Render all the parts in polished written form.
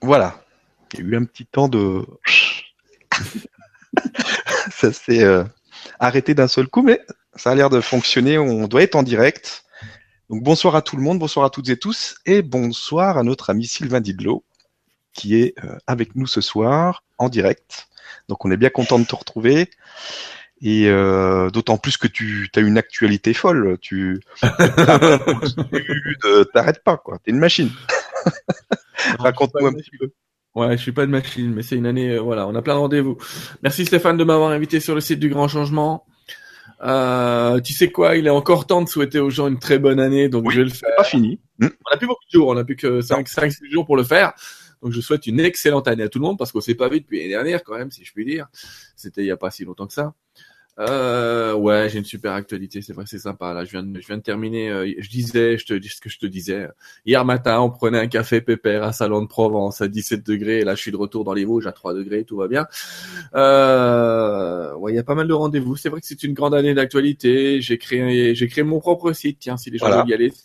Voilà. Il y a eu un petit temps de... Ça s'est arrêté d'un seul coup, mais ça a l'air de fonctionner. On doit être en direct. Donc bonsoir à tout le monde, bonsoir à toutes et tous, et bonsoir à notre ami Sylvain Didlot, qui est avec nous ce soir, en direct. Donc on est bien content de te retrouver. Et d'autant plus que tu as une actualité folle. Tu t'arrêtes pas, quoi. T'es une machine. Raconte-nous un petit peu. Ouais, je suis pas de machine, mais c'est une année, voilà, on a plein de rendez-vous. Merci Stéphane de m'avoir invité sur le site du Grand Changement. Tu sais quoi, il est encore temps de souhaiter aux gens une très bonne année, donc Oui, je vais le faire. c'est pas fini. On n'a plus beaucoup de jours, on n'a plus que 5-6 jours pour le faire. Donc je souhaite une excellente année à tout le monde, parce qu'on s'est pas vu depuis l'année dernière quand même, si je puis dire. C'était il y a pas si longtemps que ça. Ouais, j'ai une super actualité, c'est vrai que c'est sympa. Là, je viens de terminer. Je te dis ce que je te disais. Hier matin, on prenait un café pépère à Salon de Provence à 17 degrés. Et là, je suis de retour dans les Vosges à 3 degrés, tout va bien. Ouais, il y a pas mal de rendez-vous. C'est vrai que c'est une grande année d'actualité. J'ai créé mon propre site. Tiens, si les gens veulent y aller,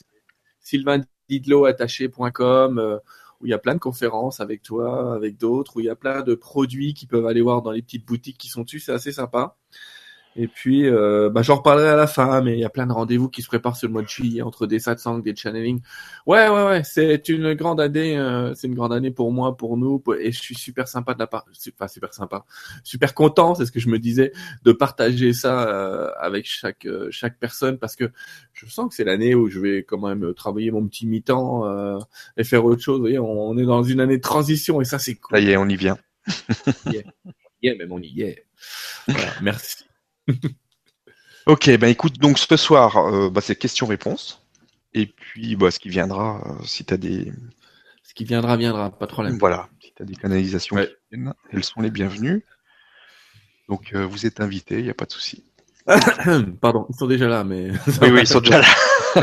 sylvaindidlotattaché.com. Où il y a plein de conférences avec toi, avec d'autres, où il y a plein de produits qu'ils peuvent aller voir dans les petites boutiques qui sont dessus. C'est assez sympa. Et puis, j'en reparlerai à la fin, mais il y a plein de rendez-vous qui se préparent sur le mois de juillet entre des satsangs, des channeling. Ouais, c'est une grande année, pour moi, pour nous, et je suis super sympa super sympa, super content, c'est ce que je me disais, de partager ça avec chaque personne, parce que je sens que c'est l'année où je vais quand même travailler mon petit mi-temps et faire autre chose. Vous voyez, on est dans une année de transition et ça c'est cool. Ça y est, on y vient. Même on y est. Voilà, merci. Ok, ben écoute, donc ce soir, c'est questions-réponses. Et puis, ce qui viendra, si tu as des... Ce qui viendra, pas de problème. Voilà, si tu as des canalisations qui viennent, elles sont les bienvenues. Donc, vous êtes invités, il n'y a pas de souci. Pardon, ils sont déjà là, mais... Oui, ils sont déjà là.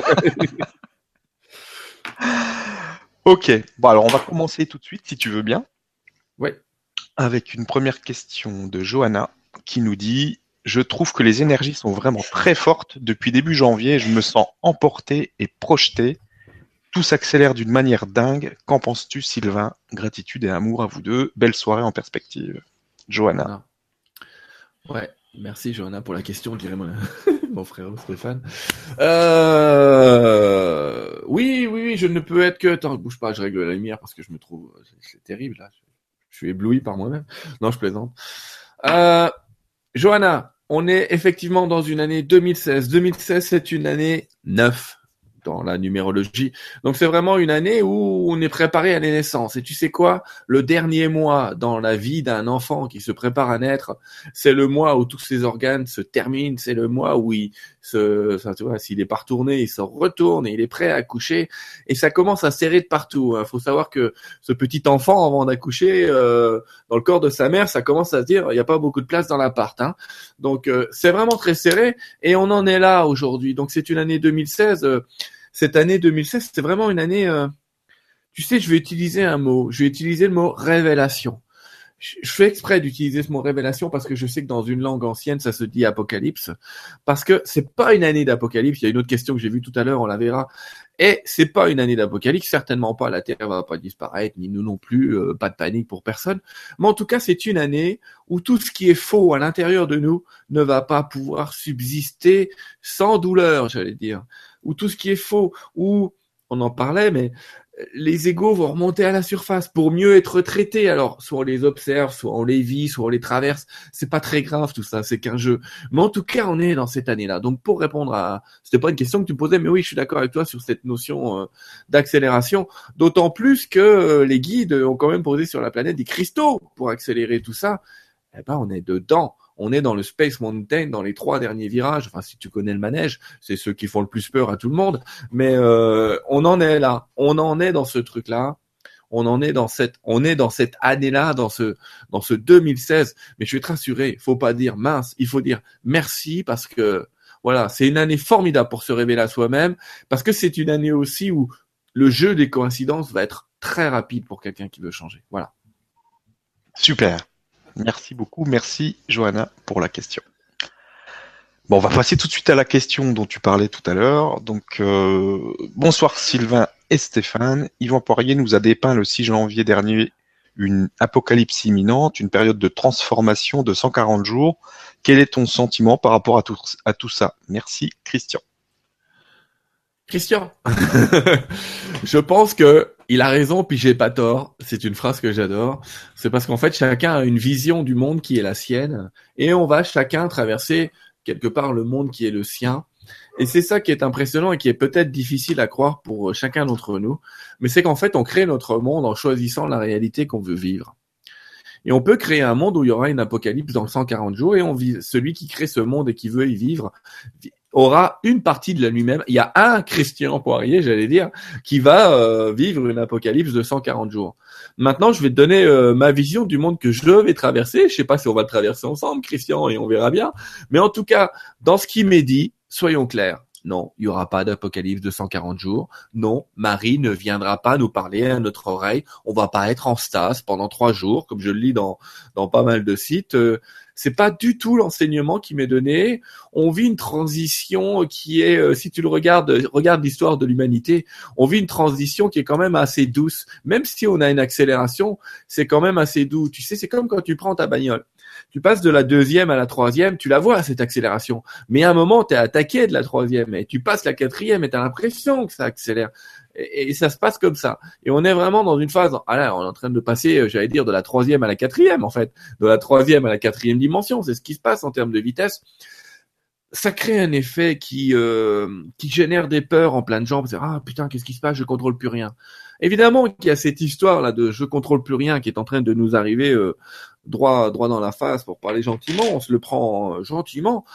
Ok, bon alors on va commencer tout de suite, si tu veux bien. Ouais. Avec une première question de Johanna, qui nous dit... Je trouve que les énergies sont vraiment très fortes. Depuis début janvier, je me sens emporté et projeté. Tout s'accélère d'une manière dingue. Qu'en penses-tu, Sylvain? Gratitude et amour à vous deux. Belle soirée en perspective. Johanna. Ouais, merci Johanna pour la question, dirait mon frère Stéphane. Oui, je ne peux être que... Attends, bouge pas, je règle la lumière parce que je me trouve... C'est terrible, là. Je suis ébloui par moi-même. Non, je plaisante. Johanna, on est effectivement dans une année 2016. 2016, c'est une année 9 dans la numérologie. Donc, c'est vraiment une année où on est préparé à la naissance. Et tu sais quoi? Le dernier mois dans la vie d'un enfant qui se prépare à naître, c'est le mois où tous ses organes se terminent. C'est le mois où tu vois, s'il est pas retourné, il se retourne et il est prêt à accoucher. Et ça commence à serrer de partout. Faut savoir que ce petit enfant, avant d'accoucher, dans le corps de sa mère, ça commence à se dire, il n'y a pas beaucoup de place dans l'appart. Donc, c'est vraiment très serré. Et on en est là aujourd'hui. Donc, c'est une année 2016. Cette année 2016, c'est vraiment une année... tu sais, je vais utiliser un mot. Je vais utiliser le mot révélation. Je fais exprès d'utiliser ce mot révélation parce que je sais que dans une langue ancienne, ça se dit apocalypse. Parce que c'est pas une année d'apocalypse. Il y a une autre question que j'ai vue tout à l'heure, on la verra. Et c'est pas une année d'apocalypse, certainement pas. La Terre va pas disparaître, ni nous non plus. Pas de panique pour personne. Mais en tout cas, c'est une année où tout ce qui est faux à l'intérieur de nous ne va pas pouvoir subsister sans douleur, j'allais dire. Où tout ce qui est faux, où on en parlait, mais les égos vont remonter à la surface pour mieux être traités. Alors, soit on les observe, soit on les vit, soit on les traverse. C'est pas très grave tout ça, c'est qu'un jeu. Mais en tout cas, on est dans cette année-là. Donc, pour répondre c'était pas une question que tu me posais, mais oui, je suis d'accord avec toi sur cette notion d'accélération. D'autant plus que les guides ont quand même posé sur la planète des cristaux pour accélérer tout ça. Eh ben, on est dedans. On est dans le Space Mountain, dans les 3 derniers virages. Enfin, si tu connais le manège, c'est ceux qui font le plus peur à tout le monde. Mais on en est là. On en est dans ce truc-là. On est dans cette année-là, dans ce 2016. Mais je vais te rassurer, faut pas dire mince, il faut dire merci parce que voilà, c'est une année formidable pour se révéler à soi-même. Parce que c'est une année aussi où le jeu des coïncidences va être très rapide pour quelqu'un qui veut changer. Voilà. Super. Merci beaucoup. Merci, Johanna, pour la question. Bon, on va passer tout de suite à la question dont tu parlais tout à l'heure. Donc, bonsoir Sylvain et Stéphane. Yvan Poirier nous a dépeint le 6 janvier dernier une apocalypse imminente, une période de transformation de 140 jours. Quel est ton sentiment par rapport à tout ça? Merci, Christian. Christian, je pense que il a raison, puis j'ai pas tort. C'est une phrase que j'adore. C'est parce qu'en fait, chacun a une vision du monde qui est la sienne, et on va chacun traverser quelque part le monde qui est le sien. Et c'est ça qui est impressionnant et qui est peut-être difficile à croire pour chacun d'entre nous. Mais c'est qu'en fait, on crée notre monde en choisissant la réalité qu'on veut vivre. Et on peut créer un monde où il y aura une apocalypse dans 140 jours, et celui qui crée ce monde et qui veut y vivre aura une partie de lui-même. Il y a un Christian Poirier, j'allais dire, qui va vivre une apocalypse de 140 jours. Maintenant, je vais te donner ma vision du monde que je vais traverser. Je sais pas si on va le traverser ensemble, Christian, et on verra bien. Mais en tout cas, dans ce qui m'est dit, soyons clairs. Non, il n'y aura pas d'apocalypse de 140 jours. Non, Marie ne viendra pas nous parler à notre oreille. On va pas être en stase pendant 3 jours, comme je le lis dans pas mal de sites. C'est pas du tout l'enseignement qui m'est donné. On vit une transition qui est, si tu le regarde l'histoire de l'humanité, on vit une transition qui est quand même assez douce. Même si on a une accélération, c'est quand même assez doux. Tu sais, c'est comme quand tu prends ta bagnole. Tu passes de la 2e à la 3e, tu la vois, cette accélération. Mais à un moment, tu es attaqué de la 3e et tu passes la 4e et tu as l'impression que ça accélère. Et ça se passe comme ça. Et on est vraiment dans une phase, on est en train de passer, j'allais dire, de la 3e à la 4e, en fait. De la 3e à la 4e dimension. C'est ce qui se passe en termes de vitesse. Ça crée un effet qui génère des peurs en plein de gens. Ah putain, qu'est-ce qui se passe? Je contrôle plus rien. Évidemment qu'il y a cette histoire là de je contrôle plus rien qui est en train de nous arriver droit dans la face, pour parler gentiment. On se le prend gentiment.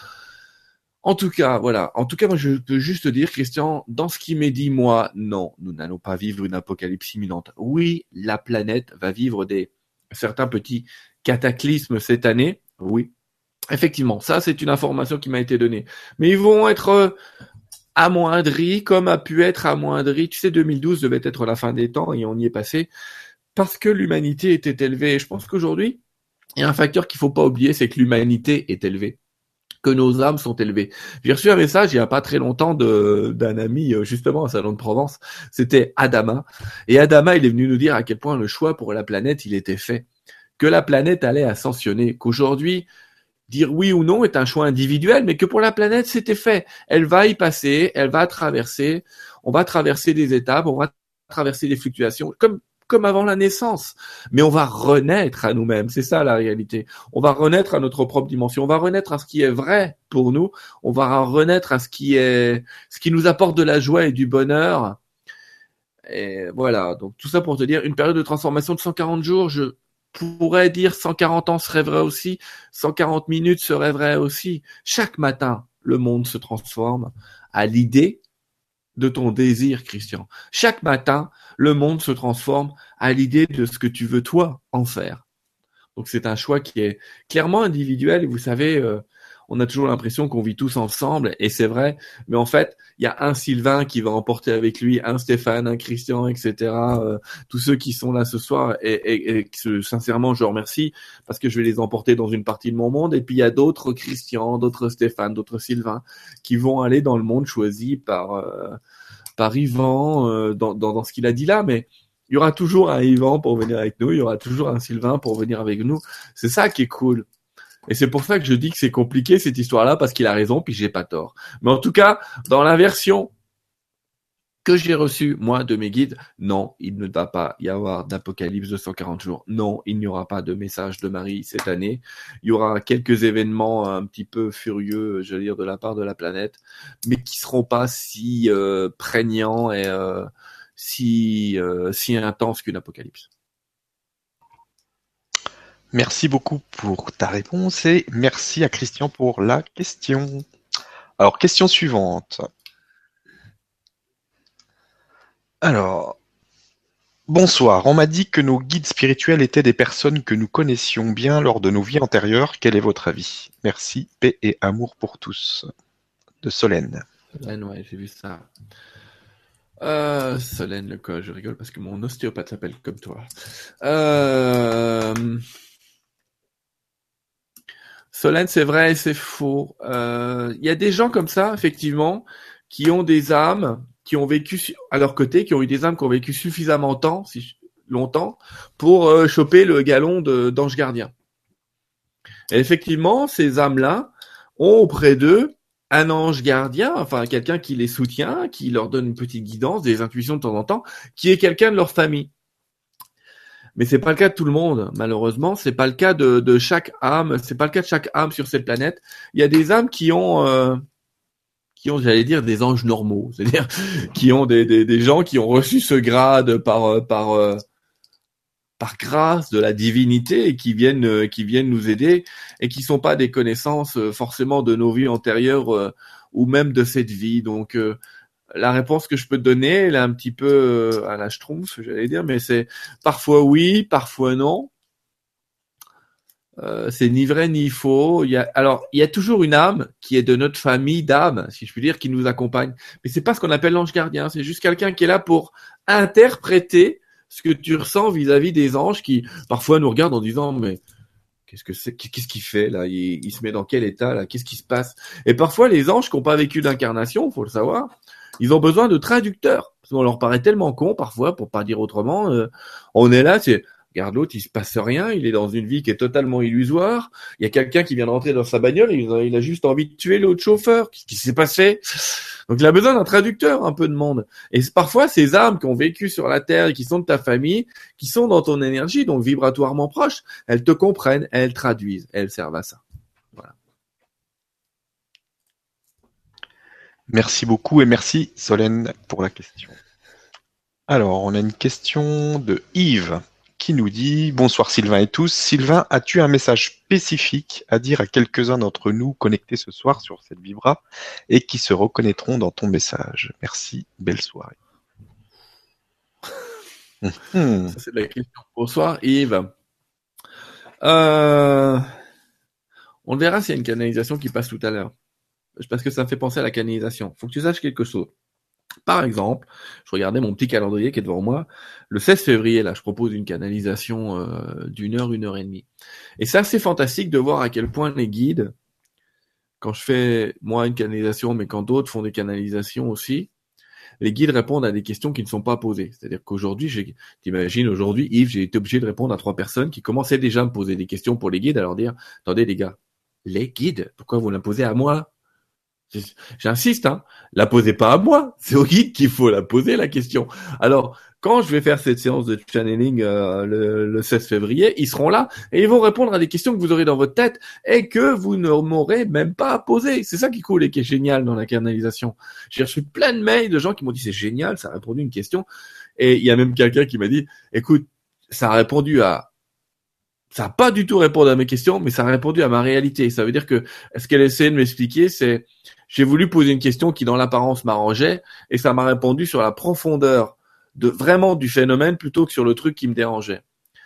En tout cas, voilà. En tout cas, moi, je peux juste dire, Christian, dans ce qui m'est dit, moi, non, nous n'allons pas vivre une apocalypse imminente. Oui, la planète va vivre certains petits cataclysmes cette année. Oui. Effectivement, ça, c'est une information qui m'a été donnée. Mais ils vont être amoindris, comme a pu être amoindri. Tu sais, 2012 devait être la fin des temps et on y est passé parce que l'humanité était élevée. Je pense qu'aujourd'hui, il y a un facteur qu'il faut pas oublier, c'est que l'humanité est élevée, que nos âmes sont élevées. J'ai reçu un message il y a pas très longtemps d'un ami, justement, à Salon de Provence. C'était Adama. Et Adama, il est venu nous dire à quel point le choix pour la planète, il était fait. Que la planète allait ascensionner. Qu'aujourd'hui, dire oui ou non est un choix individuel, mais que pour la planète, c'était fait. Elle va y passer, elle va traverser, on va traverser des étapes, on va traverser des fluctuations, comme avant la naissance. Mais on va renaître à nous-mêmes, c'est ça la réalité. On va renaître à notre propre dimension, on va renaître à ce qui est vrai pour nous, on va renaître à ce qui nous apporte de la joie et du bonheur. Et voilà, donc tout ça pour te dire, une période de transformation de 140 jours, je pourrais dire 140 ans serait vrai aussi, 140 minutes serait vrai aussi. Chaque matin, le monde se transforme à l'idée de ton désir, Christian. Chaque matin, le monde se transforme à l'idée de ce que tu veux toi en faire. Donc c'est un choix qui est clairement individuel et vous savez, on a toujours l'impression qu'on vit tous ensemble et c'est vrai, mais en fait, il y a un Sylvain qui va emporter avec lui un Stéphane, un Christian, etc. Tous ceux qui sont là ce soir et sincèrement, je remercie parce que je vais les emporter dans une partie de mon monde et puis il y a d'autres Christian, d'autres Stéphane, d'autres Sylvain qui vont aller dans le monde choisi par Yvan dans ce qu'il a dit là, mais il y aura toujours un Yvan pour venir avec nous, il y aura toujours un Sylvain pour venir avec nous. C'est ça qui est cool. Et c'est pour ça que je dis que c'est compliqué cette histoire-là, parce qu'il a raison, puis j'ai pas tort. Mais en tout cas, dans la version que j'ai reçue, moi, de mes guides, non, il ne va pas y avoir d'apocalypse de 140 jours. Non, il n'y aura pas de message de Marie cette année. Il y aura quelques événements un petit peu furieux, je veux dire, de la part de la planète, mais qui seront pas si prégnants et si intenses qu'une apocalypse. Merci beaucoup pour ta réponse et merci à Christian pour la question. Alors, question suivante. Alors, bonsoir. On m'a dit que nos guides spirituels étaient des personnes que nous connaissions bien lors de nos vies antérieures. Quel est votre avis? Merci, paix et amour pour tous. De Solène. Solène, ouais, j'ai vu ça. Solène, le cas, je rigole parce que mon ostéopathe s'appelle comme toi. Solène, c'est vrai et c'est faux. Il y a des gens comme ça, effectivement, qui ont des âmes, qui ont vécu à leur côté, qui ont eu des âmes qui ont vécu suffisamment longtemps pour choper le galon d'ange gardien. Et effectivement, ces âmes-là ont auprès d'eux un ange gardien, enfin quelqu'un qui les soutient, qui leur donne une petite guidance, des intuitions de temps en temps, qui est quelqu'un de leur famille. Mais c'est pas le cas de tout le monde, malheureusement. C'est pas le cas de chaque âme. C'est pas le cas de chaque âme sur cette planète. Il y a des âmes qui ont, j'allais dire, des anges normaux, c'est-à-dire qui ont des gens qui ont reçu ce grade par grâce de la divinité et qui viennent nous aider et qui sont pas des connaissances forcément de nos vies antérieures ou même de cette vie. Donc la réponse que je peux te donner, elle est un petit peu à la schtroumpf, j'allais dire, mais c'est parfois oui, parfois non. C'est ni vrai ni faux. Il y a toujours une âme qui est de notre famille d'âmes, si je puis dire, qui nous accompagne. Mais c'est pas ce qu'on appelle l'ange gardien. C'est juste quelqu'un qui est là pour interpréter ce que tu ressens vis-à-vis des anges qui parfois nous regardent en disant mais qu'est-ce que c'est, qu'est-ce qu'il fait là, il se met dans quel état là, qu'est-ce qui se passe? Et parfois les anges qui n'ont pas vécu d'incarnation, faut le savoir, ils ont besoin de traducteurs. Parce qu'on leur paraît tellement con parfois, pour pas dire autrement. On est là, c'est regarde l'autre, il se passe rien, il est dans une vie qui est totalement illusoire. Il y a quelqu'un qui vient de rentrer dans sa bagnole, et il a juste envie de tuer l'autre chauffeur. Qu'est-ce qui s'est passé? Donc il a besoin d'un traducteur, un peu de monde. Et c'est parfois ces âmes qui ont vécu sur la terre et qui sont de ta famille, qui sont dans ton énergie, donc vibratoirement proches, elles te comprennent, elles traduisent, elles servent à ça. Voilà. Merci beaucoup et merci Solène pour la question. Alors, on a une question de Yves qui nous dit « Bonsoir Sylvain et tous. Sylvain, as-tu un message spécifique à dire à quelques-uns d'entre nous connectés ce soir sur cette Vibra et qui se reconnaîtront dans ton message? Merci, belle soirée. » Ça, c'est la question. Bonsoir Yves. On verra s'il y a une canalisation qui passe tout à l'heure. Parce que ça me fait penser à la canalisation. Faut que tu saches quelque chose. Par exemple, je regardais mon petit calendrier qui est devant moi. Le 16 février, là, je propose une canalisation d'une heure, 1h30. Et c'est assez fantastique de voir à quel point les guides, quand je fais, moi, une canalisation, mais quand d'autres font des canalisations aussi, les guides répondent à des questions qui ne sont pas posées. C'est-à-dire qu'aujourd'hui, t'imagines, aujourd'hui, Yves, j'ai été obligé de répondre à 3 personnes qui commençaient déjà à me poser des questions pour les guides, à leur dire, attendez les gars, les guides, pourquoi vous la posez à moi? J'insiste, hein, la posez pas à moi, c'est au guide qu'il faut la poser la question. Alors, quand je vais faire cette séance de channeling le 16 février, ils seront là et ils vont répondre à des questions que vous aurez dans votre tête et que vous ne m'aurez même pas à poser. C'est ça qui est cool et qui est génial dans la canalisation. J'ai reçu plein de mails de gens qui m'ont dit c'est génial, ça a répondu à une question. Et il y a même quelqu'un qui m'a dit, écoute, ça a pas du tout répondu à mes questions, mais ça a répondu à ma réalité. Ça veut dire que ce qu'elle essayait de m'expliquer, c'est j'ai voulu poser une question qui dans l'apparence m'arrangeait et ça m'a répondu sur la profondeur de vraiment du phénomène plutôt que sur le truc qui me dérangeait.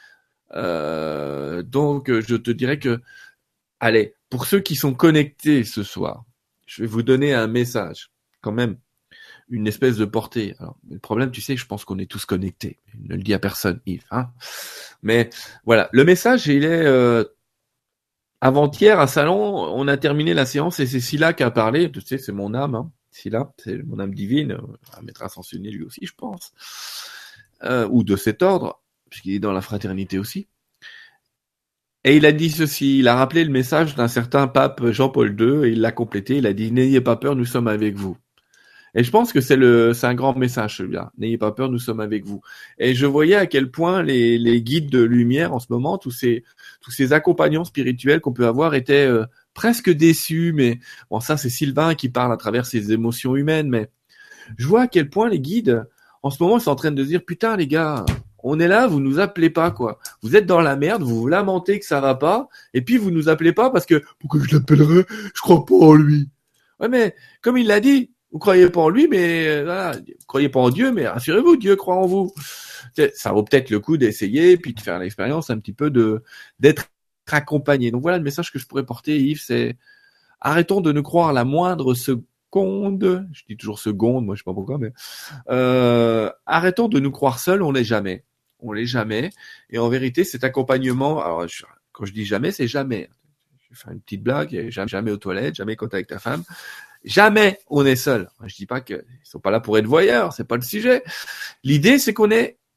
Donc je te dirais que allez, pour ceux qui sont connectés ce soir, je vais vous donner un message quand même, une espèce de portée. Alors, le problème, tu sais, je pense qu'on est tous connectés. Je ne le dis à personne, Yves, hein. Mais voilà, le message, il est avant-hier à Salon, on a terminé la séance et c'est Scylla qui a parlé. Tu sais, c'est mon âme, hein. Scylla, c'est mon âme divine, un maître ascensionné lui aussi, je pense, ou de cet ordre, puisqu'il est dans la fraternité aussi. Et il a dit ceci, il a rappelé le message d'un certain pape Jean-Paul II et il l'a complété. Il a dit n'ayez pas peur, nous sommes avec vous. Et je pense que c'est un grand message, celui-là. N'ayez pas peur, nous sommes avec vous. Et je voyais à quel point les guides de lumière en ce moment, tous ces accompagnants spirituels qu'on peut avoir étaient presque déçus. Mais bon, ça c'est Sylvain qui parle à travers ses émotions humaines. Mais je vois à quel point les guides, en ce moment, ils sont en train de se dire putain les gars, on est là, vous nous appelez pas quoi. Vous êtes dans la merde, vous vous lamentez que ça va pas, et puis vous nous appelez pas parce que pourquoi je l'appellerais, je crois pas en lui. Ouais mais comme il l'a dit. Vous croyez pas en lui, mais voilà, vous croyez pas en Dieu, mais rassurez-vous, Dieu croit en vous. Ça vaut peut-être le coup d'essayer, puis de faire l'expérience un petit peu d'être accompagné. Donc voilà le message que je pourrais porter, Yves, c'est arrêtons de ne croire la moindre seconde. Je dis toujours seconde, moi je sais pas pourquoi, mais arrêtons de nous croire seuls. On l'est jamais. On l'est jamais. Et en vérité, cet accompagnement. Alors quand je dis jamais, c'est jamais. Je vais faire une petite blague. Jamais aux toilettes, jamais quand t'es avec ta femme. Jamais on est seul. Je dis pas qu'ils sont pas là pour être voyeurs, c'est pas le sujet. L'idée, c'est qu'on est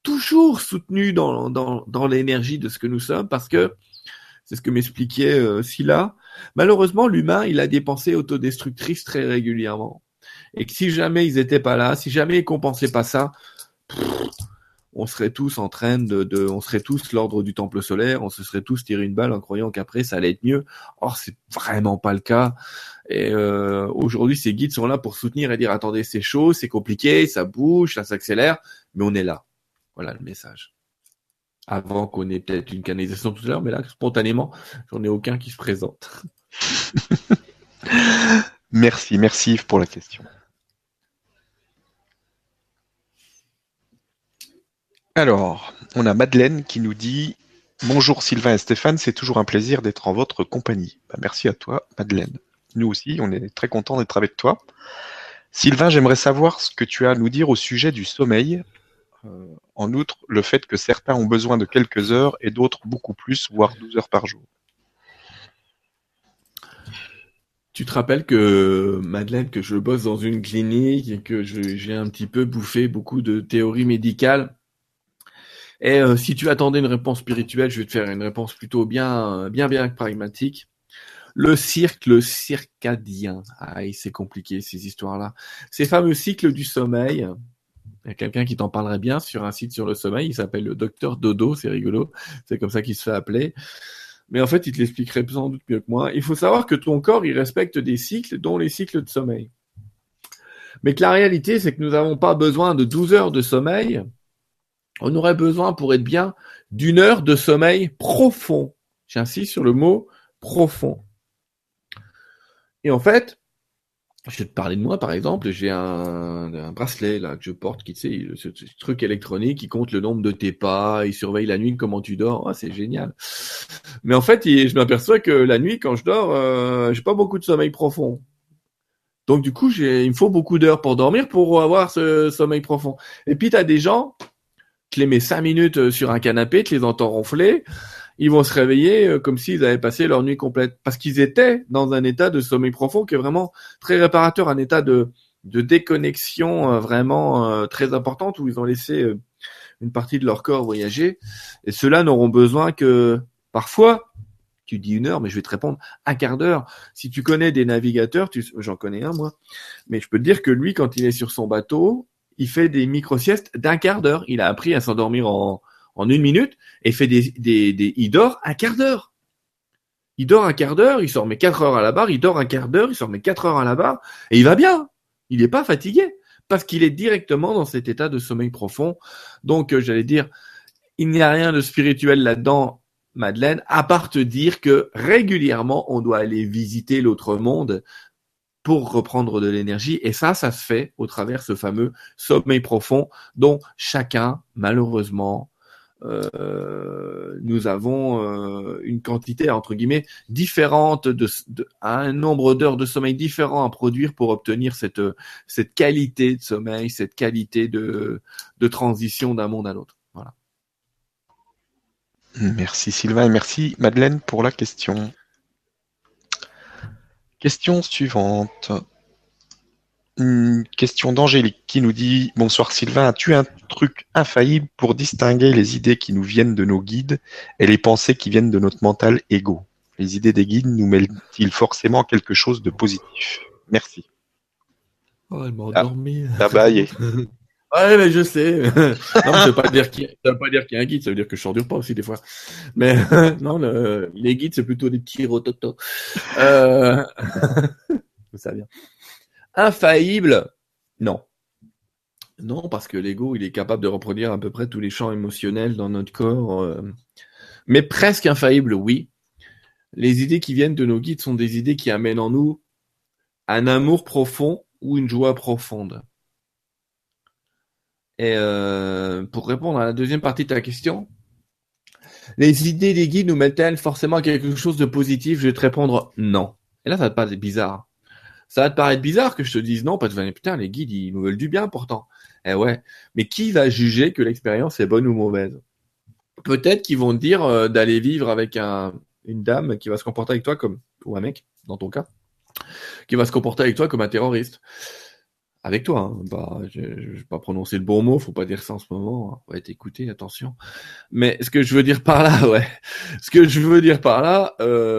toujours soutenus dans l'énergie de ce que nous sommes, parce que c'est ce que m'expliquait Scylla. Malheureusement, l'humain, il a des pensées autodestructrices très régulièrement. Et que si jamais ils étaient pas là, si jamais ils compensaient pas ça, on serait tous en train on serait tous l'ordre du temple solaire, on se serait tous tiré une balle en croyant qu'après ça allait être mieux. Or, c'est vraiment pas le cas. Et aujourd'hui, ces guides sont là pour soutenir et dire, attendez, c'est chaud, c'est compliqué, ça bouge, ça s'accélère, mais on est là. Voilà le message. Avant qu'on ait peut-être une canalisation tout à l'heure, mais là, spontanément, j'en ai aucun qui se présente. Merci Yves pour la question. Alors, on a Madeleine qui nous dit « Bonjour Sylvain et Stéphane, c'est toujours un plaisir d'être en votre compagnie. » Merci à toi Madeleine. Nous aussi, on est très contents d'être avec toi. Sylvain, j'aimerais savoir ce que tu as à nous dire au sujet du sommeil. En outre, le fait que certains ont besoin de quelques heures et d'autres beaucoup plus, voire 12 heures par jour. Tu te rappelles que, Madeleine, que je bosse dans une clinique et que j'ai un petit peu bouffé beaucoup de théories médicales. Et si tu attendais une réponse spirituelle, je vais te faire une réponse plutôt bien pragmatique. Le circadien. Aïe, c'est compliqué ces histoires-là. Ces fameux cycles du sommeil. Il y a quelqu'un qui t'en parlerait bien sur un site sur le sommeil. Il s'appelle le docteur Dodo, c'est rigolo. C'est comme ça qu'il se fait appeler. Mais en fait, il te l'expliquerait sans doute mieux que moi. Il faut savoir que ton corps, il respecte des cycles, dont les cycles de sommeil. Mais que la réalité, c'est que nous n'avons pas besoin de 12 heures de sommeil. On aurait besoin, pour être bien, d'1 heure de sommeil profond. J'insiste sur le mot profond. Et en fait, je vais te parler de moi, par exemple. J'ai un bracelet là que je porte, qui, tu sais, ce truc électronique qui compte le nombre de tes pas, il surveille la nuit comment tu dors. Oh, c'est génial. Mais en fait, je m'aperçois que la nuit, quand je dors, j'ai pas beaucoup de sommeil profond. Donc du coup, il me faut beaucoup d'heures pour dormir pour avoir ce sommeil profond. Et puis t'as des gens, tu les mets 5 minutes sur un canapé, tu les entends ronfler, ils vont se réveiller comme s'ils avaient passé leur nuit complète. Parce qu'ils étaient dans un état de sommeil profond qui est vraiment très réparateur, un état de déconnexion vraiment très importante où ils ont laissé une partie de leur corps voyager. Et ceux-là n'auront besoin que, parfois, tu dis 1 heure, mais je vais te répondre 1/4 d'heure. Si tu connais des navigateurs, j'en connais un moi, mais je peux te dire que lui, quand il est sur son bateau, il fait des micro-siestes d'1/4 d'heure. Il a appris à s'endormir en 1 minute et fait il dort 1/4 d'heure. Il dort 1/4 d'heure, il se remet 4 heures à la barre, il dort 1/4 d'heure, il se remet 4 heures à la barre et il va bien. Il n'est pas fatigué parce qu'il est directement dans cet état de sommeil profond. Donc, j'allais dire, il n'y a rien de spirituel là-dedans, Madeleine, à part te dire que régulièrement, on doit aller visiter l'autre monde pour reprendre de l'énergie. Et ça se fait au travers ce fameux sommeil profond dont chacun, malheureusement, nous avons une quantité, entre guillemets, différente un nombre d'heures de sommeil différent à produire pour obtenir cette qualité de sommeil, cette qualité de transition d'un monde à l'autre. Voilà. Merci Sylvain et merci Madeleine pour la question. Question suivante. Une question d'Angélique qui nous dit « Bonsoir Sylvain, as-tu un truc infaillible pour distinguer les idées qui nous viennent de nos guides et les pensées qui viennent de notre mental égo? Les idées des guides nous mêlent-ils forcément quelque chose de positif? Merci. » Oh, elle m'a endormi. T'as baillé. Ouais, mais je sais. Non, ça veut pas dire qu'il y a un guide, ça veut dire que je s'endure pas aussi des fois. Mais non, les guides, c'est plutôt des petits rototos. Ça vient. Infaillible, non. Non, parce que l'ego, il est capable de reproduire à peu près tous les champs émotionnels dans notre corps. Mais presque infaillible, oui. Les idées qui viennent de nos guides sont des idées qui amènent en nous un amour profond ou une joie profonde. Et pour répondre à la deuxième partie de ta question, les idées des guides nous mettent-elles forcément à quelque chose de positif? Je vais te répondre non. Et là, ça va te paraître bizarre. Ça va te paraître bizarre que je te dise non, parce que putain, les guides, ils nous veulent du bien pourtant. Eh ouais. Mais qui va juger que l'expérience est bonne ou mauvaise? Peut-être qu'ils vont te dire d'aller vivre avec une dame qui va se comporter avec toi ou un mec, dans ton cas, qui va se comporter avec toi comme un terroriste. Avec toi, hein. Bah, je vais pas prononcer le bon mot, faut pas dire ça en ce moment, hein. On va être écouté, attention. Mais ce que je veux dire par là, ouais. Ce que je veux dire par là,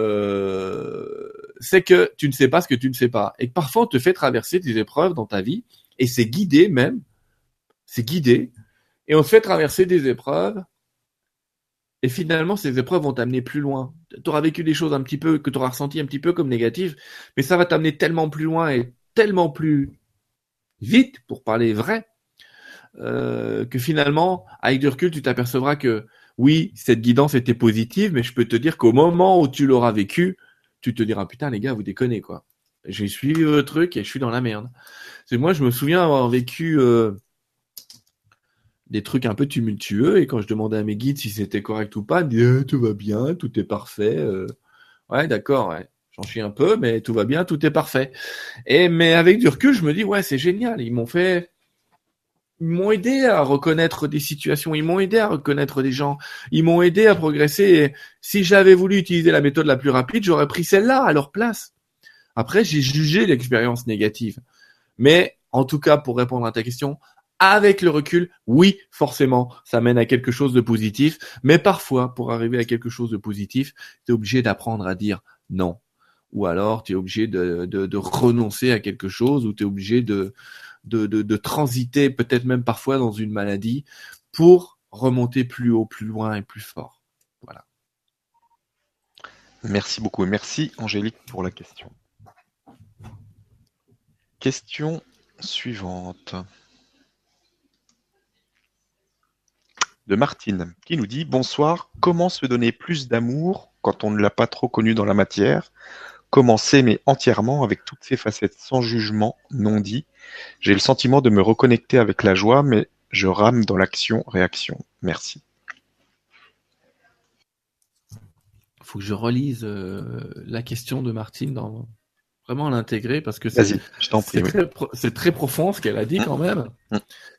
c'est que tu ne sais pas ce que tu ne sais pas. Et que parfois on te fait traverser des épreuves dans ta vie, et c'est guidé même. C'est guidé. Et on te fait traverser des épreuves, et finalement ces épreuves vont t'amener plus loin. Tu auras vécu des choses un petit peu, que tu auras ressenti un petit peu comme négatives, mais ça va t'amener tellement plus loin et tellement plus vite, pour parler vrai, que finalement, avec du recul, tu t'apercevras que oui, cette guidance était positive, mais je peux te dire qu'au moment où tu l'auras vécu, tu te diras putain les gars, vous déconnez quoi. J'ai suivi le truc et je suis dans la merde. C'est moi, je me souviens avoir vécu des trucs un peu tumultueux et quand je demandais à mes guides si c'était correct ou pas, ils me disaient tout va bien, tout est parfait. Ouais, d'accord, ouais. J'en suis un peu, mais tout va bien, tout est parfait. Et mais avec du recul, je me dis ouais, c'est génial. Ils m'ont aidé à reconnaître des situations, ils m'ont aidé à reconnaître des gens, ils m'ont aidé à progresser. Et si j'avais voulu utiliser la méthode la plus rapide, j'aurais pris celle-là à leur place. Après, j'ai jugé l'expérience négative. Mais en tout cas, pour répondre à ta question, avec le recul, oui, forcément, ça mène à quelque chose de positif. Mais parfois, pour arriver à quelque chose de positif, tu es obligé d'apprendre à dire non. Ou alors, tu es obligé de renoncer à quelque chose, ou tu es obligé de transiter peut-être même parfois dans une maladie pour remonter plus haut, plus loin et plus fort. Voilà. Merci beaucoup et merci Angélique pour la question. Question suivante de Martine qui nous dit bonsoir, comment se donner plus d'amour quand on ne l'a pas trop connu dans la matière? Comment s'aimer entièrement avec toutes ses facettes sans jugement, non dit? J'ai le sentiment de me reconnecter avec la joie, mais je rame dans l'action-réaction. Merci. Faut que je relise la question de Martine dans vraiment l'intégrer parce que Vas-y, je t'en prie. Oui. C'est très profond ce qu'elle a dit quand même. Mmh.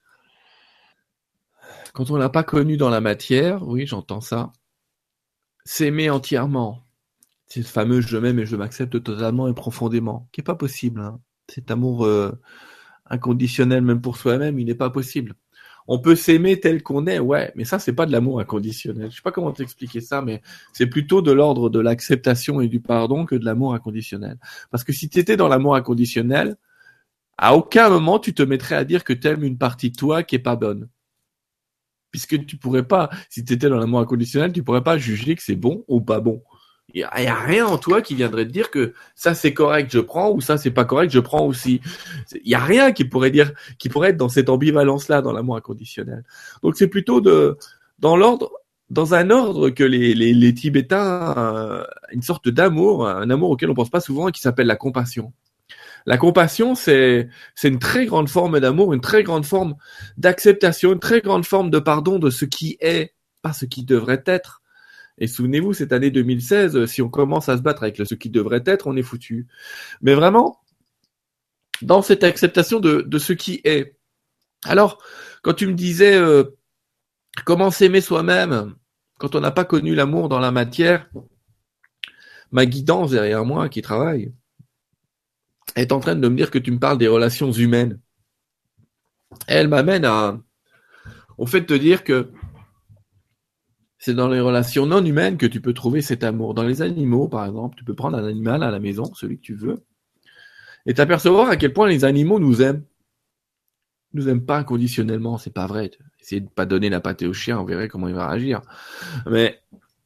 Quand on l'a pas connu dans la matière, oui, j'entends ça. S'aimer entièrement. C'est le fameux je m'aime et je m'accepte totalement et profondément, qui est pas possible. Hein. Cet amour inconditionnel même pour soi-même, il n'est pas possible. On peut s'aimer tel qu'on est, ouais, mais ça c'est pas de l'amour inconditionnel. Je sais pas comment t'expliquer ça, mais c'est plutôt de l'ordre de l'acceptation et du pardon que de l'amour inconditionnel. Parce que si tu étais dans l'amour inconditionnel, à aucun moment tu te mettrais à dire que t'aimes une partie de toi qui est pas bonne. Puisque tu pourrais pas, si tu étais dans l'amour inconditionnel, tu pourrais pas juger que c'est bon ou pas bon. Il y a rien en toi qui viendrait te dire que ça c'est correct, je prends, ou ça c'est pas correct, je prends aussi. Il y a rien qui pourrait être dans cette ambivalence-là dans l'amour inconditionnel. Donc c'est plutôt dans un ordre que les Tibétains, une sorte d'amour, un amour auquel on pense pas souvent et qui s'appelle la compassion. La compassion, c'est une très grande forme d'amour, une très grande forme d'acceptation, une très grande forme de pardon de ce qui est, pas ce qui devrait être. Et souvenez-vous, cette année 2016, si on commence à se battre avec ce qui devrait être, on est foutu. Mais vraiment, dans cette acceptation de ce qui est. Alors, quand tu me disais comment s'aimer soi-même, quand on n'a pas connu l'amour dans la matière, ma guidance derrière moi qui travaille est en train de me dire que tu me parles des relations humaines. Et elle m'amène au fait de te dire que c'est dans les relations non humaines que tu peux trouver cet amour. Dans les animaux, par exemple, tu peux prendre un animal à la maison, celui que tu veux, et t'apercevoir à quel point les animaux nous aiment. Ils nous aiment pas inconditionnellement, c'est pas vrai. Essayez de pas donner la pâtée au chien, on verrait comment il va réagir. Mais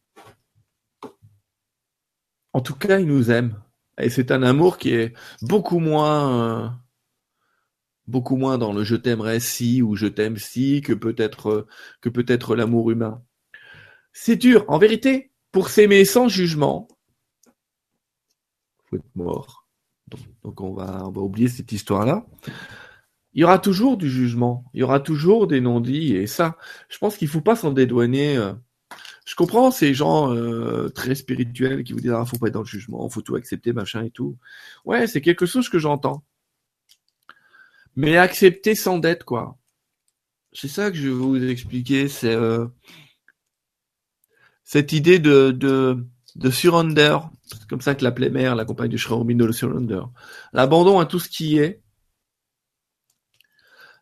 en tout cas, ils nous aiment. Et c'est un amour qui est beaucoup moins dans le je t'aimerais si ou je t'aime si que peut-être l'amour humain. C'est dur, en vérité, pour s'aimer sans jugement, faut être mort. Donc on va oublier cette histoire-là. Il y aura toujours du jugement, il y aura toujours des non-dits, et ça, je pense qu'il faut pas s'en dédouaner. Je comprends ces gens très spirituels qui vous disent faut pas être dans le jugement, faut tout accepter, machin et tout. Ouais, c'est quelque chose que j'entends. Mais accepter sans dette, quoi. C'est ça que je vais vous expliquer, c'est cette idée de surrender, c'est comme ça que l'appelait Mère, la compagne de Sri Aurobindo, le surrender. L'abandon à tout ce qui est,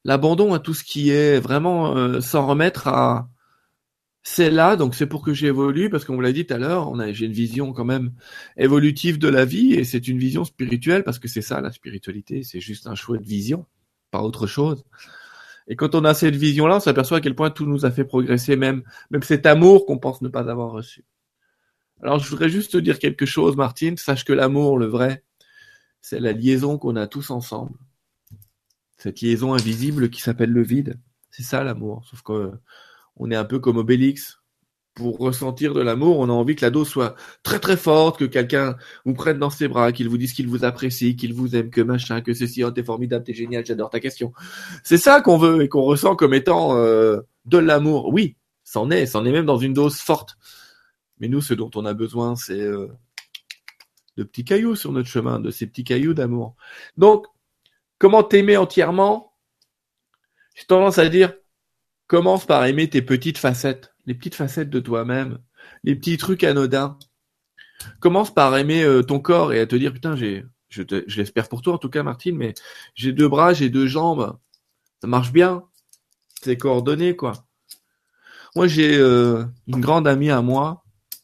l'abandon à tout ce qui est vraiment s'en remettre à c'est là, donc c'est pour que j'évolue, parce qu'on vous l'a dit tout à l'heure, j'ai une vision quand même évolutive de la vie, et c'est une vision spirituelle, parce que c'est ça la spiritualité, c'est juste un choix de vision, pas autre chose. Et quand on a cette vision-là, on s'aperçoit à quel point tout nous a fait progresser, même cet amour qu'on pense ne pas avoir reçu. Alors je voudrais juste te dire quelque chose, Martine, sache que l'amour, le vrai, c'est la liaison qu'on a tous ensemble. Cette liaison invisible qui s'appelle le vide. C'est ça l'amour, sauf que on est un peu comme Obélix. Pour ressentir de l'amour, on a envie que la dose soit très très forte, que quelqu'un vous prenne dans ses bras, qu'il vous dise qu'il vous apprécie, qu'il vous aime, que machin, que ceci, oh, t'es formidable, t'es génial, j'adore ta question. C'est ça qu'on veut et qu'on ressent comme étant de l'amour. Oui, c'en est même dans une dose forte. Mais nous, ce dont on a besoin, c'est de petits cailloux sur notre chemin, de ces petits cailloux d'amour. Donc, comment t'aimer entièrement? J'ai tendance à dire, commence par aimer tes petites facettes, les petites facettes de toi-même, les petits trucs anodins. Commence par aimer ton corps et à te dire, putain, je l'espère pour toi en tout cas, Martine, mais j'ai 2 bras, j'ai 2 jambes, ça marche bien, c'est coordonné, quoi. Moi, j'ai une grande amie à moi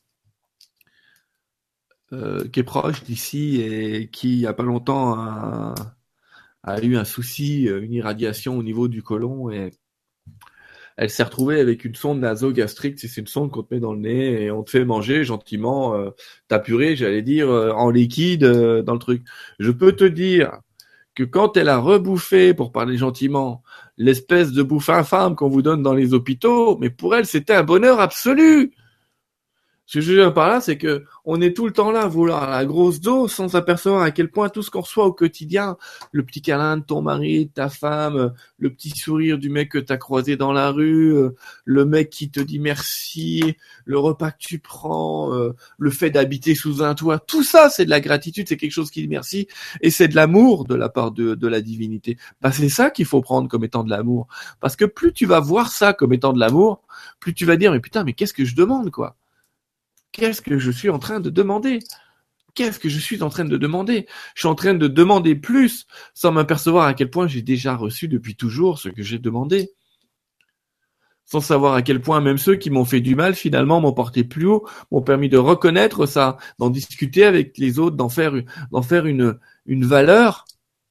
qui est proche d'ici et qui, il y a pas longtemps, a eu un souci, une irradiation au niveau du côlon, et elle s'est retrouvée avec une sonde nasogastrique. C'est une sonde qu'on te met dans le nez et on te fait manger gentiment ta purée, j'allais dire, en liquide dans le truc. Je peux te dire que quand elle a rebouffé, pour parler gentiment, l'espèce de bouffe infâme qu'on vous donne dans les hôpitaux, mais pour elle, c'était un bonheur absolu. Ce que je veux dire par là, c'est que on est tout le temps là à vouloir la grosse dose sans s'apercevoir à quel point tout ce qu'on reçoit au quotidien, le petit câlin de ton mari, de ta femme, le petit sourire du mec que t'as croisé dans la rue, le mec qui te dit merci, le repas que tu prends, le fait d'habiter sous un toit, tout ça c'est de la gratitude, c'est quelque chose qui dit merci, et c'est de l'amour de la part de la divinité. Bah c'est ça qu'il faut prendre comme étant de l'amour, parce que plus tu vas voir ça comme étant de l'amour, plus tu vas dire mais putain, mais qu'est-ce que je demande, quoi. Qu'est-ce que je suis en train de demander? Qu'est-ce que je suis en train de demander? Je suis en train de demander plus, sans m'apercevoir à quel point j'ai déjà reçu depuis toujours ce que j'ai demandé. Sans savoir à quel point même ceux qui m'ont fait du mal, finalement, m'ont porté plus haut, m'ont permis de reconnaître ça, d'en discuter avec les autres, d'en faire une valeur.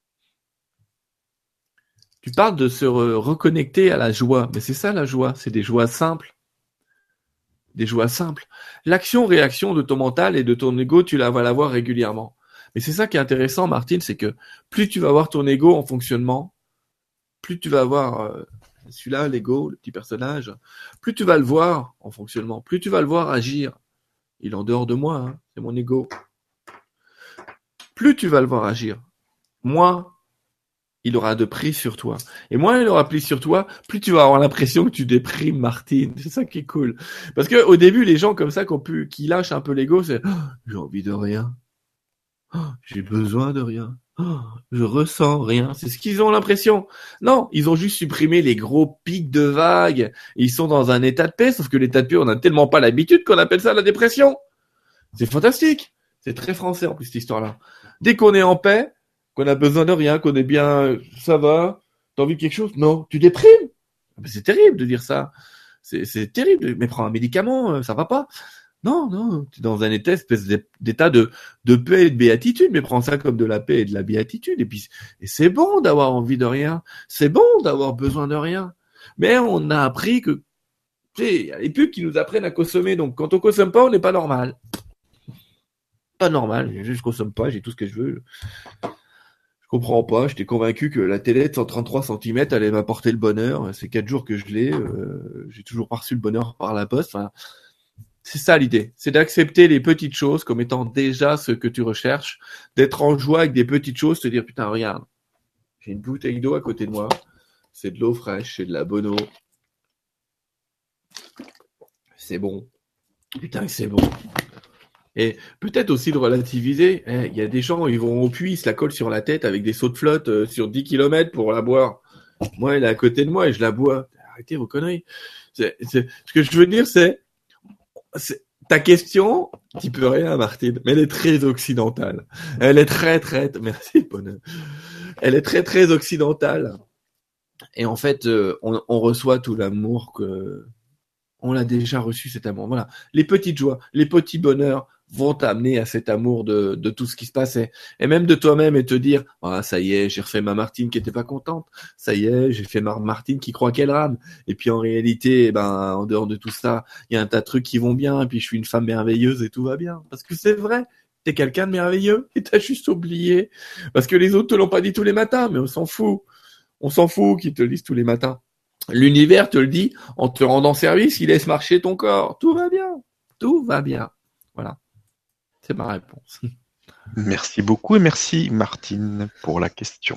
Tu parles de se reconnecter à la joie, mais c'est ça la joie, c'est des joies simples. Des joies simples. L'action-réaction de ton mental et de ton ego, tu vas l'avoir régulièrement. Mais c'est ça qui est intéressant, Martine, c'est que plus tu vas voir ton ego en fonctionnement, plus tu vas voir celui-là, l'ego, le petit personnage, plus tu vas le voir en fonctionnement, plus tu vas le voir agir. Il est en dehors de moi, hein, c'est mon ego. Plus tu vas le voir agir, moins il aura de prise sur toi. Et moins il aura prise sur toi, plus tu vas avoir l'impression que tu déprimes, Martine. C'est ça qui est cool. Parce que au début, les gens comme ça qui lâchent un peu l'ego, c'est j'ai envie de rien. J'ai besoin de rien. Je ressens rien. C'est ce qu'ils ont l'impression. Non, ils ont juste supprimé les gros pics de vagues. Ils sont dans un état de paix, sauf que l'état de paix, on n'a tellement pas l'habitude qu'on appelle ça la dépression. C'est fantastique. C'est très français en plus cette histoire-là. Dès qu'on est en paix, qu'on a besoin de rien, qu'on est bien, ça va, t'as envie de quelque chose? Non, tu déprimes. C'est terrible de dire ça. C'est terrible. Mais prends un médicament, ça va pas. Non, tu es dans un espèce d'état de paix et de béatitude, mais prends ça comme de la paix et de la béatitude. Et c'est bon d'avoir envie de rien. C'est bon d'avoir besoin de rien. Mais on a appris que, tu sais, il y a les pubs qui nous apprennent à consommer. Donc, quand on consomme pas, on n'est pas normal. Pas normal. Je consomme pas, j'ai tout ce que je veux. Je comprends pas, j'étais convaincu que la télé de 133 cm allait m'apporter le bonheur. C'est 4 jours que je l'ai, j'ai toujours pas reçu le bonheur par la poste. Enfin, c'est ça l'idée, c'est d'accepter les petites choses comme étant déjà ce que tu recherches, d'être en joie avec des petites choses, te dire putain regarde, j'ai une bouteille d'eau à côté de moi, c'est de l'eau fraîche, c'est de la bonne eau. C'est bon. Putain que c'est bon. Et peut-être aussi de relativiser. Il y a des gens, ils vont au puits, ils se la collent sur la tête avec des seaux de flotte sur 10 km pour la boire. Moi, elle est à côté de moi et je la bois. Arrêtez vos conneries. Ce que je veux dire, c'est ta question, t'y peux rien, Martine, mais elle est très occidentale. Elle est très, merci, bonheur. Elle est très, très occidentale. Et en fait, on reçoit tout l'amour que on l'a déjà reçu, cet amour. Voilà, les petites joies, les petits bonheurs vont t'amener à cet amour de tout ce qui se passait, et même de toi-même, et te dire ah ça y est, j'ai refait ma Martine qui était pas contente, ça y est, j'ai fait ma Martine qui croit qu'elle rame, et puis en réalité, en dehors de tout ça, il y a un tas de trucs qui vont bien, et puis je suis une femme merveilleuse et tout va bien, parce que c'est vrai. T'es quelqu'un de merveilleux et t'as juste oublié parce que les autres te l'ont pas dit tous les matins, mais on s'en fout. On s'en fout qu'ils te le disent tous les matins. L'univers te le dit en te rendant service, il laisse marcher ton corps. Tout va bien. Tout va bien. Voilà. C'est ma réponse. Merci beaucoup et merci Martine pour la question.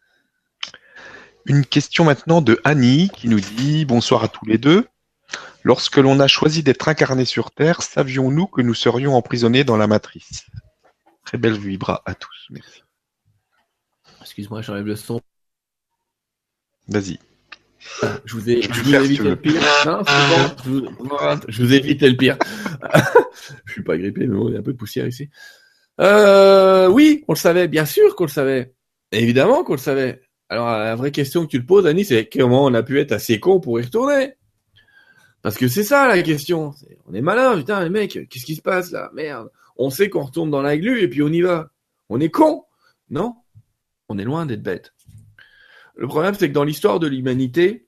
Une question maintenant de Annie qui nous dit bonsoir à tous les deux. Lorsque l'on a choisi d'être incarné sur Terre, savions-nous que nous serions emprisonnés dans la matrice? Très belle vibra à tous. Merci. Excuse-moi, j'enlève le son. Vas-y. Je vous ai évité le pire. Non, c'est bon. Je vous ai évité le pire. Je suis pas grippé, mais bon, il y a un peu de poussière ici. Oui, on le savait. Bien sûr qu'on le savait. Évidemment qu'on le savait. Alors, la vraie question que tu te poses, Annie, c'est comment on a pu être assez con pour y retourner? Parce que c'est ça, la question. On est malin, putain, les mecs, qu'est-ce qui se passe, là? Merde. On sait qu'on retourne dans la glu et puis on y va. On est con? Non. On est loin d'être bête. Le problème, c'est que dans l'histoire de l'humanité,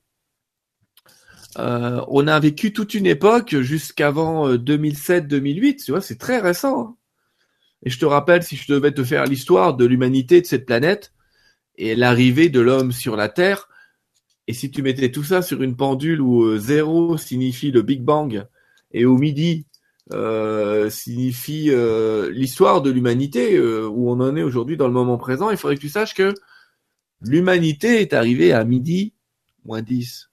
on a vécu toute une époque jusqu'avant 2007-2008, tu vois, c'est très récent. Hein. Et je te rappelle, si je devais te faire l'histoire de l'humanité de cette planète et l'arrivée de l'homme sur la Terre, et si tu mettais tout ça sur une pendule où 0 signifie le Big Bang et au midi signifie l'histoire de l'humanité, où on en est aujourd'hui dans le moment présent, il faudrait que tu saches que l'humanité est arrivée à midi moins 10.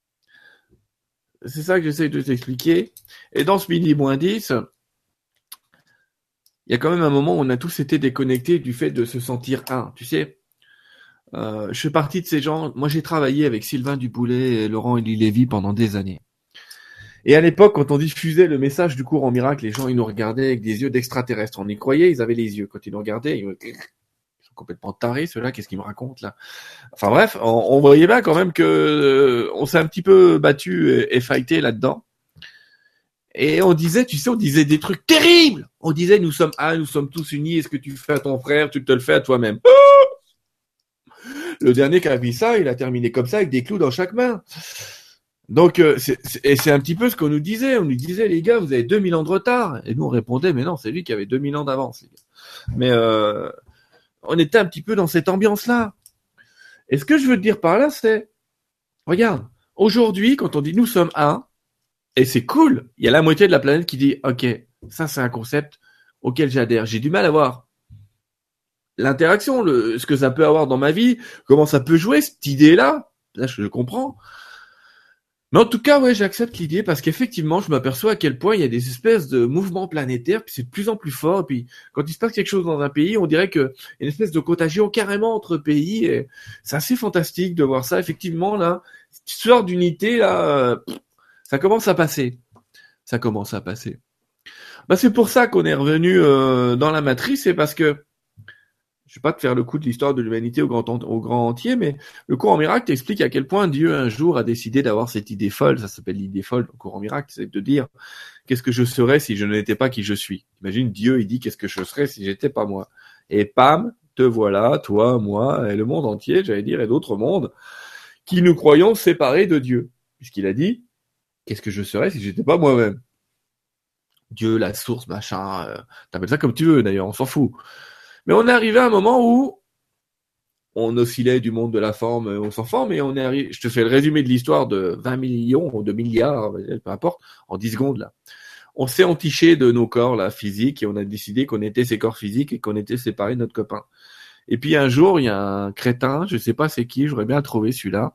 C'est ça que j'essaie de t'expliquer. Et dans ce midi moins 10, il y a quand même un moment où on a tous été déconnectés du fait de se sentir un. Tu sais, je fais partie de ces gens. Moi, j'ai travaillé avec Sylvain Duboulet et Laurent Élie Lévy pendant des années. Et à l'époque, quand on diffusait le message du cours en miracle, les gens, ils nous regardaient avec des yeux d'extraterrestres. On y croyait, ils avaient les yeux. Quand ils nous regardaient, ils sont complètement tarés, ceux-là, qu'est-ce qu'ils me racontent, là? Enfin bref, on voyait bien quand même que on s'est un petit peu battu et fighté là-dedans. Et on disait, tu sais, on disait des trucs terribles. On disait, nous sommes tous unis, est-ce que tu fais à ton frère, tu te le fais à toi-même. Le dernier qui a vu ça, il a terminé comme ça avec des clous dans chaque main. Donc, c'est un petit peu ce qu'on nous disait. On nous disait, les gars, vous avez 2000 ans de retard. Et nous, on répondait, mais non, c'est lui qui avait 2000 ans d'avance. Mais on était un petit peu dans cette ambiance-là. Et ce que je veux te dire par là, c'est, regarde, aujourd'hui, quand on dit nous sommes un, et c'est cool, il y a la moitié de la planète qui dit, ok, ça c'est un concept auquel j'adhère. J'ai du mal à voir l'interaction, ce que ça peut avoir dans ma vie, comment ça peut jouer cette idée-là. Là, je comprends. Mais en tout cas, ouais, j'accepte l'idée parce qu'effectivement, je m'aperçois à quel point il y a des espèces de mouvements planétaires, puis c'est de plus en plus fort. Et puis, quand il se passe quelque chose dans un pays, on dirait qu'il y a une espèce de contagion carrément entre pays. Et c'est assez fantastique de voir ça. Effectivement, là, cette histoire d'unité, là, ça commence à passer. Ça commence à passer. Bah, c'est pour ça qu'on est revenu dans la matrice, c'est parce que je vais pas te faire le coup de l'histoire de l'humanité au grand entier, mais le cours en miracle t'explique à quel point Dieu un jour a décidé d'avoir cette idée folle, ça s'appelle l'idée folle, le cours en miracle, c'est de dire qu'est-ce que je serais si je n'étais pas qui je suis. Imagine Dieu, il dit qu'est-ce que je serais si j'étais pas moi. Et pam, te voilà, toi, moi, et le monde entier, j'allais dire, et d'autres mondes, qui nous croyons séparés de Dieu. Puisqu'il a dit, qu'est-ce que je serais si j'étais pas moi-même. Dieu, la source, machin, t'appelles ça comme tu veux d'ailleurs, on s'en fout. Mais on est arrivé à un moment où on oscillait du monde de la forme au sans forme, et on est arrivé, je te fais le résumé de l'histoire de 20 millions ou de milliards, peu importe, en 10 secondes, là. On s'est entiché de nos corps, là, physiques, et on a décidé qu'on était ces corps physiques et qu'on était séparés de notre copain. Et puis un jour, il y a un crétin, je sais pas c'est qui, j'aurais bien trouvé celui-là,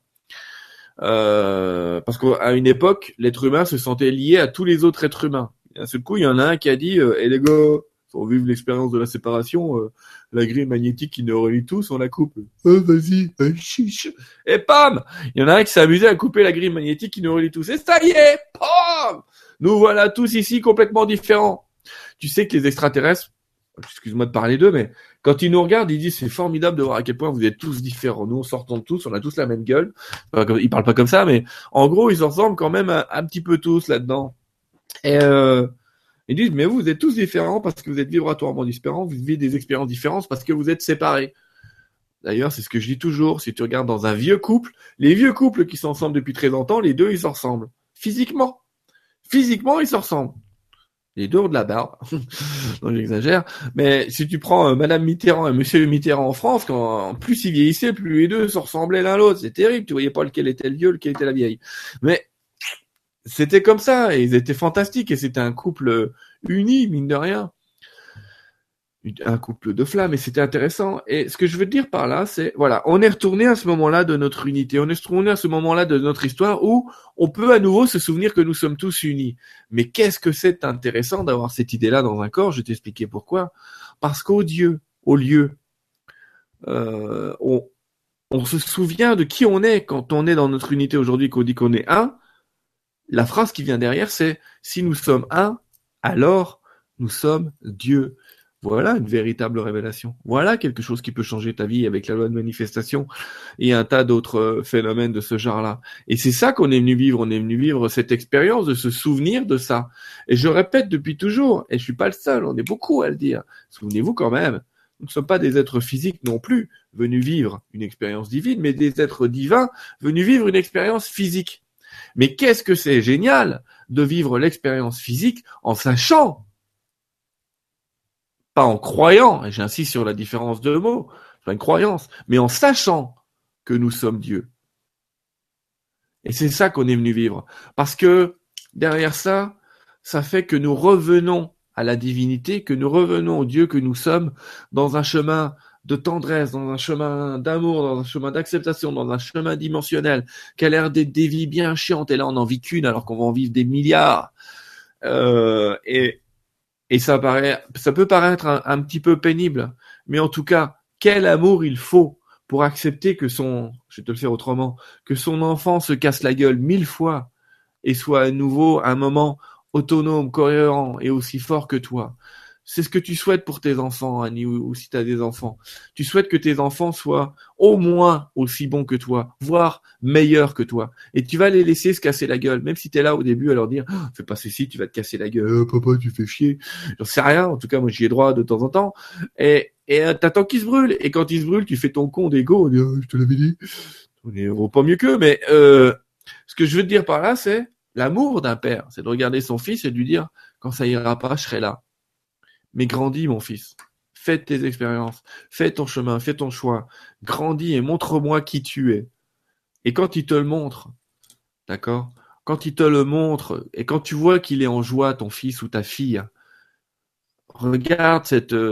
parce qu'à une époque, l'être humain se sentait lié à tous les autres êtres humains. Et à ce coup, il y en a un qui a dit, les gars, pour vivre l'expérience de la séparation, la grille magnétique qui nous relie tous, on la coupe. Vas-y, chiche. Et pam, il y en a un qui s'est amusé à couper la grille magnétique qui nous relie tous. Et ça y est, pam, nous voilà tous ici complètement différents. Tu sais que les extraterrestres, excuse-moi de parler d'eux, mais quand ils nous regardent, ils disent c'est formidable de voir à quel point vous êtes tous différents. Nous, on sortons tous, on a tous la même gueule. Ils parlent pas comme ça, mais en gros, ils se ressemblent quand même un petit peu tous là-dedans. Et ils disent mais vous êtes tous différents parce que vous êtes vibratoirement différents, vous vivez des expériences différentes parce que vous êtes séparés. D'ailleurs, c'est ce que je dis toujours. Si tu regardes dans un vieux couple, les vieux couples qui sont ensemble depuis très longtemps, les deux, ils se ressemblent. Physiquement. Physiquement, ils se ressemblent. Les deux ont de la barbe. Non, j'exagère. Mais si tu prends Madame Mitterrand et Monsieur Mitterrand en France, quand plus ils vieillissaient, plus les deux se ressemblaient l'un l'autre. C'est terrible. Tu voyais pas lequel était le vieux, lequel était la vieille. Mais c'était comme ça. Et ils étaient fantastiques. Et c'était un couple uni, mine de rien. Un couple de flammes, et c'était intéressant. Et ce que je veux te dire par là, c'est, voilà, on est retourné à ce moment-là de notre unité, on est retourné à ce moment-là de notre histoire où on peut à nouveau se souvenir que nous sommes tous unis. Mais qu'est-ce que c'est intéressant d'avoir cette idée-là dans un corps? Je vais t'expliquer pourquoi. Parce qu'au lieu, on se souvient de qui on est quand on est dans notre unité aujourd'hui, qu'on dit qu'on est un. La phrase qui vient derrière, c'est si nous sommes un, alors nous sommes Dieu. Voilà une véritable révélation. Voilà quelque chose qui peut changer ta vie avec la loi de manifestation et un tas d'autres phénomènes de ce genre-là. Et c'est ça qu'on est venu vivre. On est venu vivre cette expérience de se souvenir de ça. Et je répète depuis toujours, et je suis pas le seul, on est beaucoup à le dire. Souvenez-vous quand même, nous ne sommes pas des êtres physiques non plus venus vivre une expérience divine, mais des êtres divins venus vivre une expérience physique. Mais qu'est-ce que c'est génial de vivre l'expérience physique en sachant, pas en croyant, et j'insiste sur la différence de mots, pas une croyance, mais en sachant que nous sommes Dieu. Et c'est ça qu'on est venu vivre. Parce que derrière ça, ça fait que nous revenons à la divinité, que nous revenons au Dieu que nous sommes dans un chemin de tendresse, dans un chemin d'amour, dans un chemin d'acceptation, dans un chemin dimensionnel, qui a l'air d'être des vies bien chiantes, et là on n'en vit qu'une alors qu'on va en vivre des milliards. Et ça peut paraître un petit peu pénible, mais en tout cas, quel amour il faut pour accepter que je vais te le faire autrement, que son enfant se casse la gueule 1000 fois et soit à nouveau un moment autonome, cohérent et aussi fort que toi. C'est ce que tu souhaites pour tes enfants, Annie, ou si tu as des enfants. Tu souhaites que tes enfants soient au moins aussi bons que toi, voire meilleurs que toi. Et tu vas les laisser se casser la gueule, même si tu es là au début à leur dire oh, « fais pas ceci, tu vas te casser la gueule, papa, tu fais chier ». J'en sais rien, en tout cas, moi j'y ai droit de temps en temps. Et t'attends qu'ils se brûlent. Et quand ils se brûlent, tu fais ton con d'ego, on dit oh, « je te l'avais dit ». On est pas mieux qu'eux, mais ce que je veux te dire par là, c'est l'amour d'un père. C'est de regarder son fils et de lui dire « quand ça ira pas, je serai là ». Mais grandis, mon fils. Fais tes expériences. Fais ton chemin. Fais ton choix. Grandis et montre-moi qui tu es. Et quand il te le montre, d'accord? Quand il te le montre, et quand tu vois qu'il est en joie, ton fils ou ta fille, regarde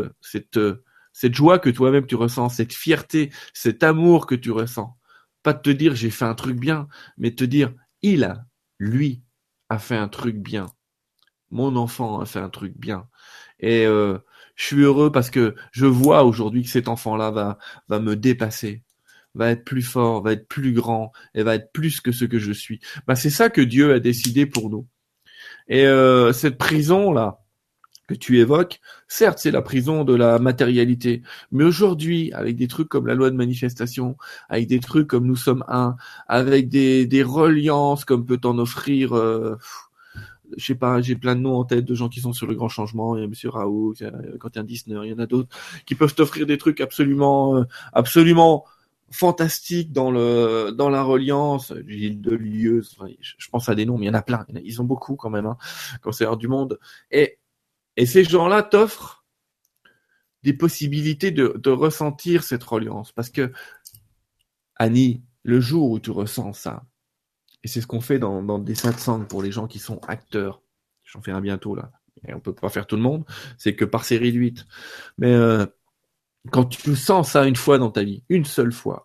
cette joie que toi-même tu ressens, cette fierté, cet amour que tu ressens. Pas de te dire j'ai fait un truc bien, mais de te dire lui, a fait un truc bien. Mon enfant a fait un truc bien. Et je suis heureux parce que je vois aujourd'hui que cet enfant-là va me dépasser, va être plus fort, va être plus grand, et va être plus que ce que je suis. Bah, c'est ça que Dieu a décidé pour nous. Et cette prison-là que tu évoques, certes, c'est la prison de la matérialité. Mais aujourd'hui, avec des trucs comme la loi de manifestation, avec des trucs comme nous sommes un, avec des reliances comme peut en offrir... je sais pas, j'ai plein de noms en tête de gens qui sont sur le grand changement. Il y a Monsieur Raoult, il y a Quentin Dissner, il y en a d'autres qui peuvent t'offrir des trucs absolument fantastiques dans la reliance. Gilles Delieuse, enfin, je pense à des noms, mais il y en a plein. Ils sont beaucoup quand même, hein, conseillers du monde. Et ces gens-là t'offrent des possibilités de ressentir cette reliance. Parce que, Annie, le jour où tu ressens ça, et c'est ce qu'on fait dans des satsangs pour les gens qui sont acteurs. J'en fais un bientôt, là. Et on peut pas faire tout le monde. C'est que par série de 8. Mais quand tu sens ça une fois dans ta vie, une seule fois,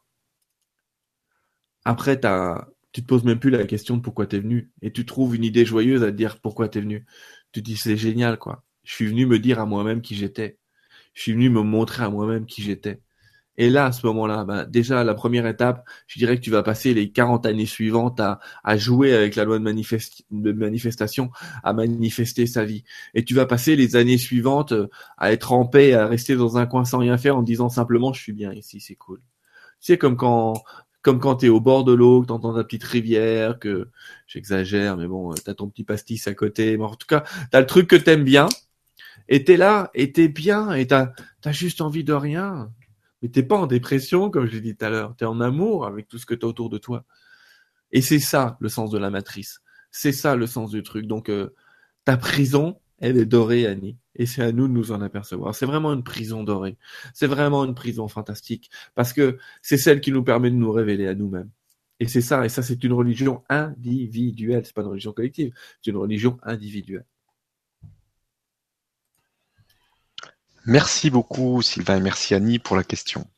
après, tu te poses même plus la question de pourquoi t'es venu. Et tu trouves une idée joyeuse à te dire pourquoi t'es venu. Tu te dis, c'est génial, quoi. Je suis venu me dire à moi-même qui j'étais. Je suis venu me montrer à moi-même qui j'étais. Et là, à ce moment-là, déjà, la première étape, je dirais que tu vas passer les 40 années suivantes à jouer avec la loi de manifestation, à manifester sa vie. Et tu vas passer les années suivantes à être en paix, à rester dans un coin sans rien faire en disant simplement, je suis bien ici, c'est cool. C'est comme quand t'es au bord de l'eau, que t'entends ta petite rivière, que, j'exagère, mais bon, t'as ton petit pastis à côté. Mais en tout cas, t'as le truc que t'aimes bien, et t'es là, et t'es bien, et t'as juste envie de rien. Mais t'es pas en dépression, comme je l'ai dit tout à l'heure. T'es en amour avec tout ce que t'as autour de toi. Et c'est ça, le sens de la matrice. C'est ça, le sens du truc. Donc, ta prison, elle est dorée, Annie. Et c'est à nous de nous en apercevoir. C'est vraiment une prison dorée. C'est vraiment une prison fantastique. Parce que c'est celle qui nous permet de nous révéler à nous-mêmes. Et c'est ça, c'est une religion individuelle. C'est pas une religion collective. C'est une religion individuelle. Merci beaucoup Sylvain et merci Annie pour la question.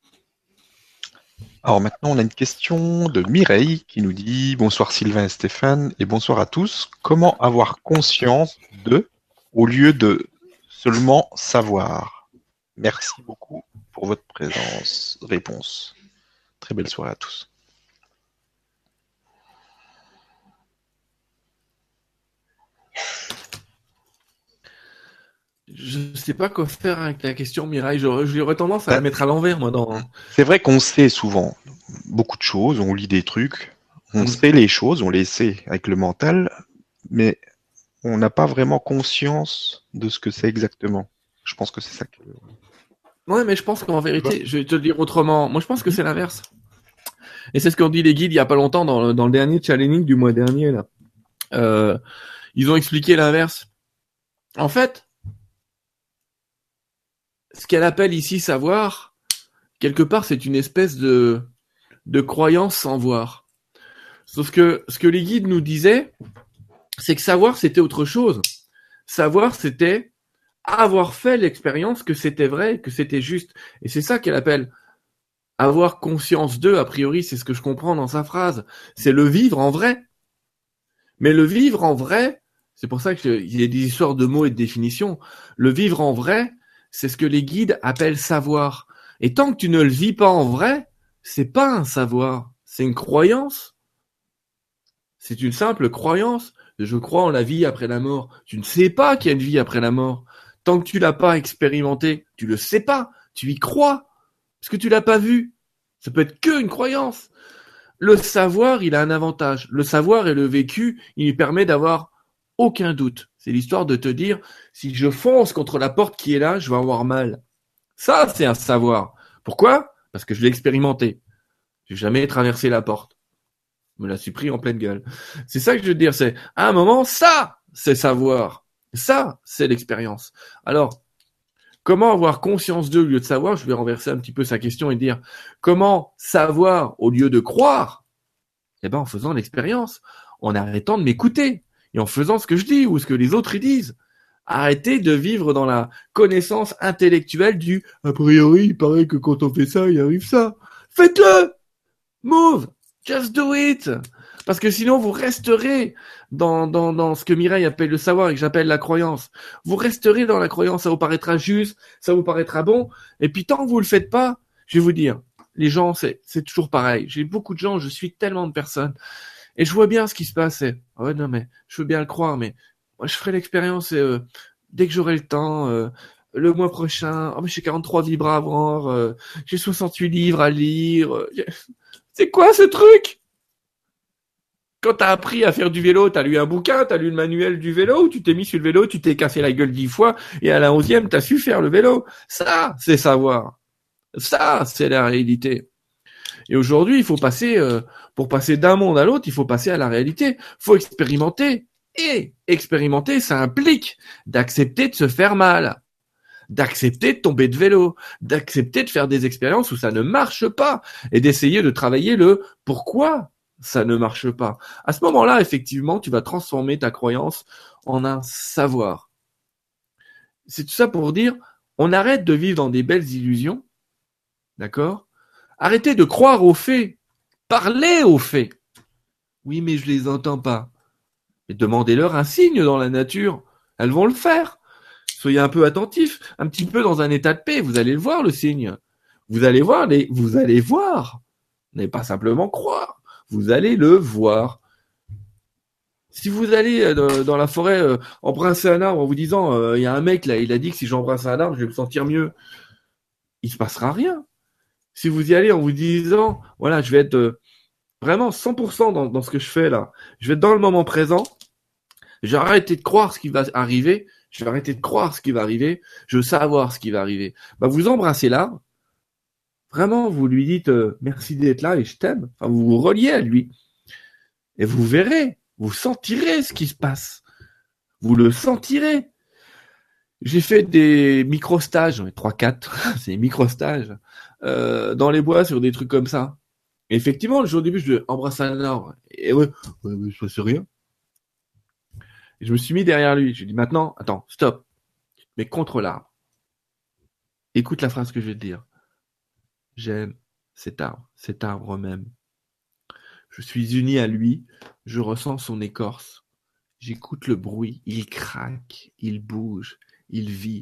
Alors maintenant, on a une question de Mireille qui nous dit « Bonsoir Sylvain et Stéphane et bonsoir à tous. Comment avoir conscience de au lieu de seulement savoir ?» Merci beaucoup pour votre présence. Réponse. Très belle soirée à tous. Je sais pas quoi faire avec la question, Mireille. J'aurais tendance à la mettre à l'envers, moi. C'est vrai qu'on sait souvent beaucoup de choses, on lit des trucs, on sait les choses, on les sait avec le mental, mais on n'a pas vraiment conscience de ce que c'est exactement. Je pense que c'est ça que... Ouais, mais je pense qu'en vérité, je vais te le dire autrement. Moi, je pense que c'est l'inverse. Et c'est ce qu'ont dit les guides il y a pas longtemps dans le dernier challenging du mois dernier, là. Ils ont expliqué l'inverse. En fait, ce qu'elle appelle ici savoir, quelque part, c'est une espèce de croyance sans voir. Sauf que ce que les guides nous disaient, c'est que savoir, c'était autre chose. Savoir, c'était avoir fait l'expérience que c'était vrai, que c'était juste. Et c'est ça qu'elle appelle avoir conscience d'eux, a priori, c'est ce que je comprends dans sa phrase. C'est le vivre en vrai. Mais le vivre en vrai, c'est pour ça qu'il y a des histoires de mots et de définitions. Le vivre en vrai, c'est ce que les guides appellent savoir. Et tant que tu ne le vis pas en vrai, c'est pas un savoir, c'est une croyance. C'est une simple croyance. Je crois en la vie après la mort. Tu ne sais pas qu'il y a une vie après la mort. Tant que tu l'as pas expérimenté, tu le sais pas. Tu y crois. Parce que tu l'as pas vu. Ça peut être que une croyance. Le savoir, il a un avantage. Le savoir et le vécu, il lui permet d'avoir aucun doute. C'est l'histoire de te dire, si je fonce contre la porte qui est là, je vais avoir mal. Ça, c'est un savoir. Pourquoi? Parce que je l'ai expérimenté. J'ai jamais traversé la porte. Je me la suis pris en pleine gueule. C'est ça que je veux dire, c'est, à un moment, ça, c'est savoir. Ça, c'est l'expérience. Alors, comment avoir conscience d'eux au lieu de savoir? Je vais renverser un petit peu sa question et dire, comment savoir au lieu de croire? Eh ben, en faisant l'expérience, en arrêtant de m'écouter et en faisant ce que je dis ou ce que les autres y disent. Arrêtez de vivre dans la connaissance intellectuelle du a priori, il paraît que quand on fait ça, il arrive ça. Faites-le! Move! Just do it! Parce que sinon, vous resterez dans ce que Mireille appelle le savoir et que j'appelle la croyance. Vous resterez dans la croyance, ça vous paraîtra juste, ça vous paraîtra bon. Et puis, tant que vous le faites pas, je vais vous dire, les gens, c'est toujours pareil. J'ai beaucoup de gens, je suis tellement de personnes. Et je vois bien ce qui se passe. Ah ouais, non, mais je veux bien le croire, mais moi, je ferai l'expérience dès que j'aurai le temps. Le mois prochain, oh, mais j'ai 43 livres à avoir, j'ai 68 livres à lire. C'est quoi ce truc? Quand t'as appris à faire du vélo, t'as lu un bouquin, t'as lu le manuel du vélo, ou tu t'es mis sur le vélo, tu t'es cassé la gueule 10 fois, et à la 11e, t'as su faire le vélo. Ça, c'est savoir. Ça, c'est la réalité. Et aujourd'hui, il faut passer, pour passer d'un monde à l'autre, il faut passer à la réalité. Il faut expérimenter. Et expérimenter, ça implique d'accepter de se faire mal, d'accepter de tomber de vélo, d'accepter de faire des expériences où ça ne marche pas, et d'essayer de travailler le pourquoi ça ne marche pas. À ce moment-là, effectivement, tu vas transformer ta croyance en un savoir. C'est tout ça pour dire, on arrête de vivre dans des belles illusions, d'accord? Arrêtez de croire aux faits. Parlez aux faits. Oui, mais je les entends pas. Mais demandez-leur un signe dans la nature. Elles vont le faire. Soyez un peu attentifs, un petit peu dans un état de paix. Vous allez le voir, le signe. Vous allez voir, vous allez voir. N'allez pas simplement croire. Vous allez le voir. Si vous allez dans la forêt embrasser un arbre en vous disant il y a un mec là, il a dit que si j'embrasse un arbre, je vais me sentir mieux, il se passera rien. Si vous y allez en vous disant voilà, je vais être vraiment 100% dans ce que je fais là, je vais être dans le moment présent, je vais arrêter de croire ce qui va arriver, je vais arrêter de croire ce qui va arriver, je veux savoir ce qui va arriver. Bah vous embrassez l'arbre, vraiment vous lui dites merci d'être là et je t'aime, enfin vous vous reliez à lui et vous verrez, vous sentirez ce qui se passe. Vous le sentirez. J'ai fait des micro-stages, 3-4, c'est des micro-stages, dans les bois sur des trucs comme ça. Et effectivement, le jour du début, je embrasse un arbre. Et ouais, je sais rien. Et je me suis mis derrière lui. Je lui ai dit, maintenant, attends, stop. Mais contre l'arbre. Écoute la phrase que je vais te dire. J'aime cet arbre même. Je suis uni à lui, je ressens son écorce. J'écoute le bruit, il craque, il bouge, il vit.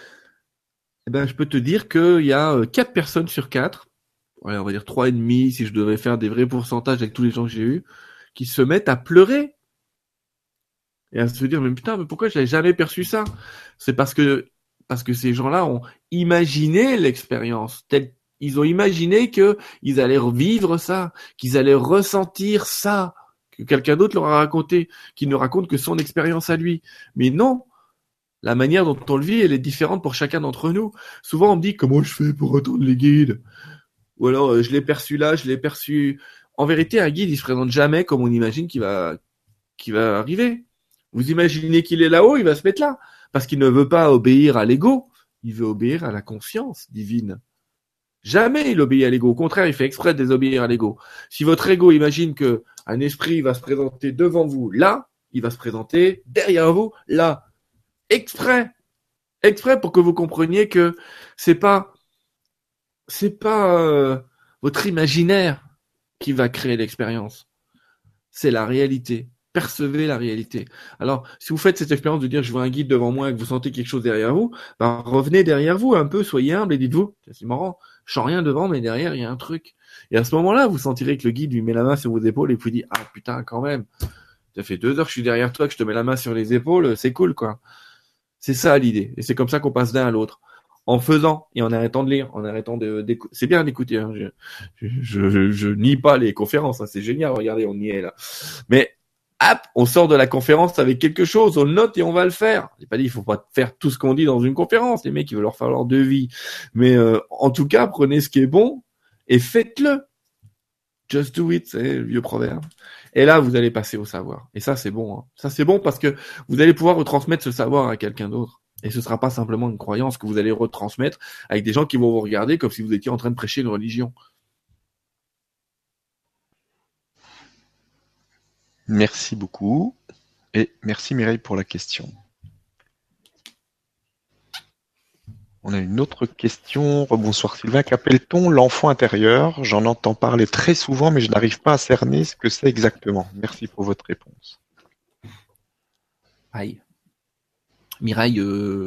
Eh ben, je peux te dire qu'il y a 4 personnes sur 4, ouais, on va dire 3,5 si je devais faire des vrais pourcentages avec tous les gens que j'ai eus, qui se mettent à pleurer. Et à se dire, mais putain, mais pourquoi j'avais jamais perçu ça? C'est parce que ces gens-là ont imaginé l'expérience. Ils ont imaginé qu'ils allaient revivre ça, qu'ils allaient ressentir ça, que quelqu'un d'autre leur a raconté, qui ne raconte que son expérience à lui. Mais non, la manière dont on le vit, elle est différente pour chacun d'entre nous. Souvent, on me dit, comment je fais pour entendre les guides? Ou alors, je l'ai perçu là, je l'ai perçu. En vérité, un guide, il se présente jamais comme on imagine qu'il va arriver. Vous imaginez qu'il est là-haut, il va se mettre là. Parce qu'il ne veut pas obéir à l'ego. Il veut obéir à la conscience divine. Jamais il obéit à l'ego. Au contraire, il fait exprès de désobéir à l'ego. Si votre ego imagine que un esprit va se présenter devant vous là, il va se présenter derrière vous là. Exprès pour que vous compreniez que c'est pas votre imaginaire qui va créer l'expérience. C'est la réalité. Percevez la réalité. Alors, si vous faites cette expérience de dire je vois un guide devant moi et que vous sentez quelque chose derrière vous, ben revenez derrière vous un peu, soyez humble et dites-vous, c'est marrant, je sens rien devant, mais derrière il y a un truc. Et à ce moment-là, vous sentirez que le guide lui met la main sur vos épaules et vous dit ah putain quand même, ça fait 2 heures que je suis derrière toi, que je te mets la main sur les épaules, c'est cool quoi. C'est ça l'idée. Et c'est comme ça qu'on passe d'un à l'autre. En faisant et en arrêtant de lire, en arrêtant d'écouter. C'est bien d'écouter. Hein. Je nie pas les conférences. Hein. C'est génial. Regardez, on y est là. Mais hop, on sort de la conférence avec quelque chose. On le note et on va le faire. J'ai pas dit il faut pas faire tout ce qu'on dit dans une conférence. Les mecs, il va leur faire leur devis. Mais en tout cas, prenez ce qui est bon et faites-le. Just do it, c'est le vieux proverbe. Et là, vous allez passer au savoir. Et ça, c'est bon. Hein. Ça, c'est bon parce que vous allez pouvoir retransmettre ce savoir à quelqu'un d'autre. Et ce sera pas simplement une croyance que vous allez retransmettre avec des gens qui vont vous regarder comme si vous étiez en train de prêcher une religion. Merci beaucoup. Et merci Mireille pour la question. On a une autre question. Bonsoir Sylvain, qu'appelle-t-on l'enfant intérieur? J'en entends parler très souvent, mais je n'arrive pas à cerner ce que c'est exactement. Merci pour votre réponse. Aïe. Mireille,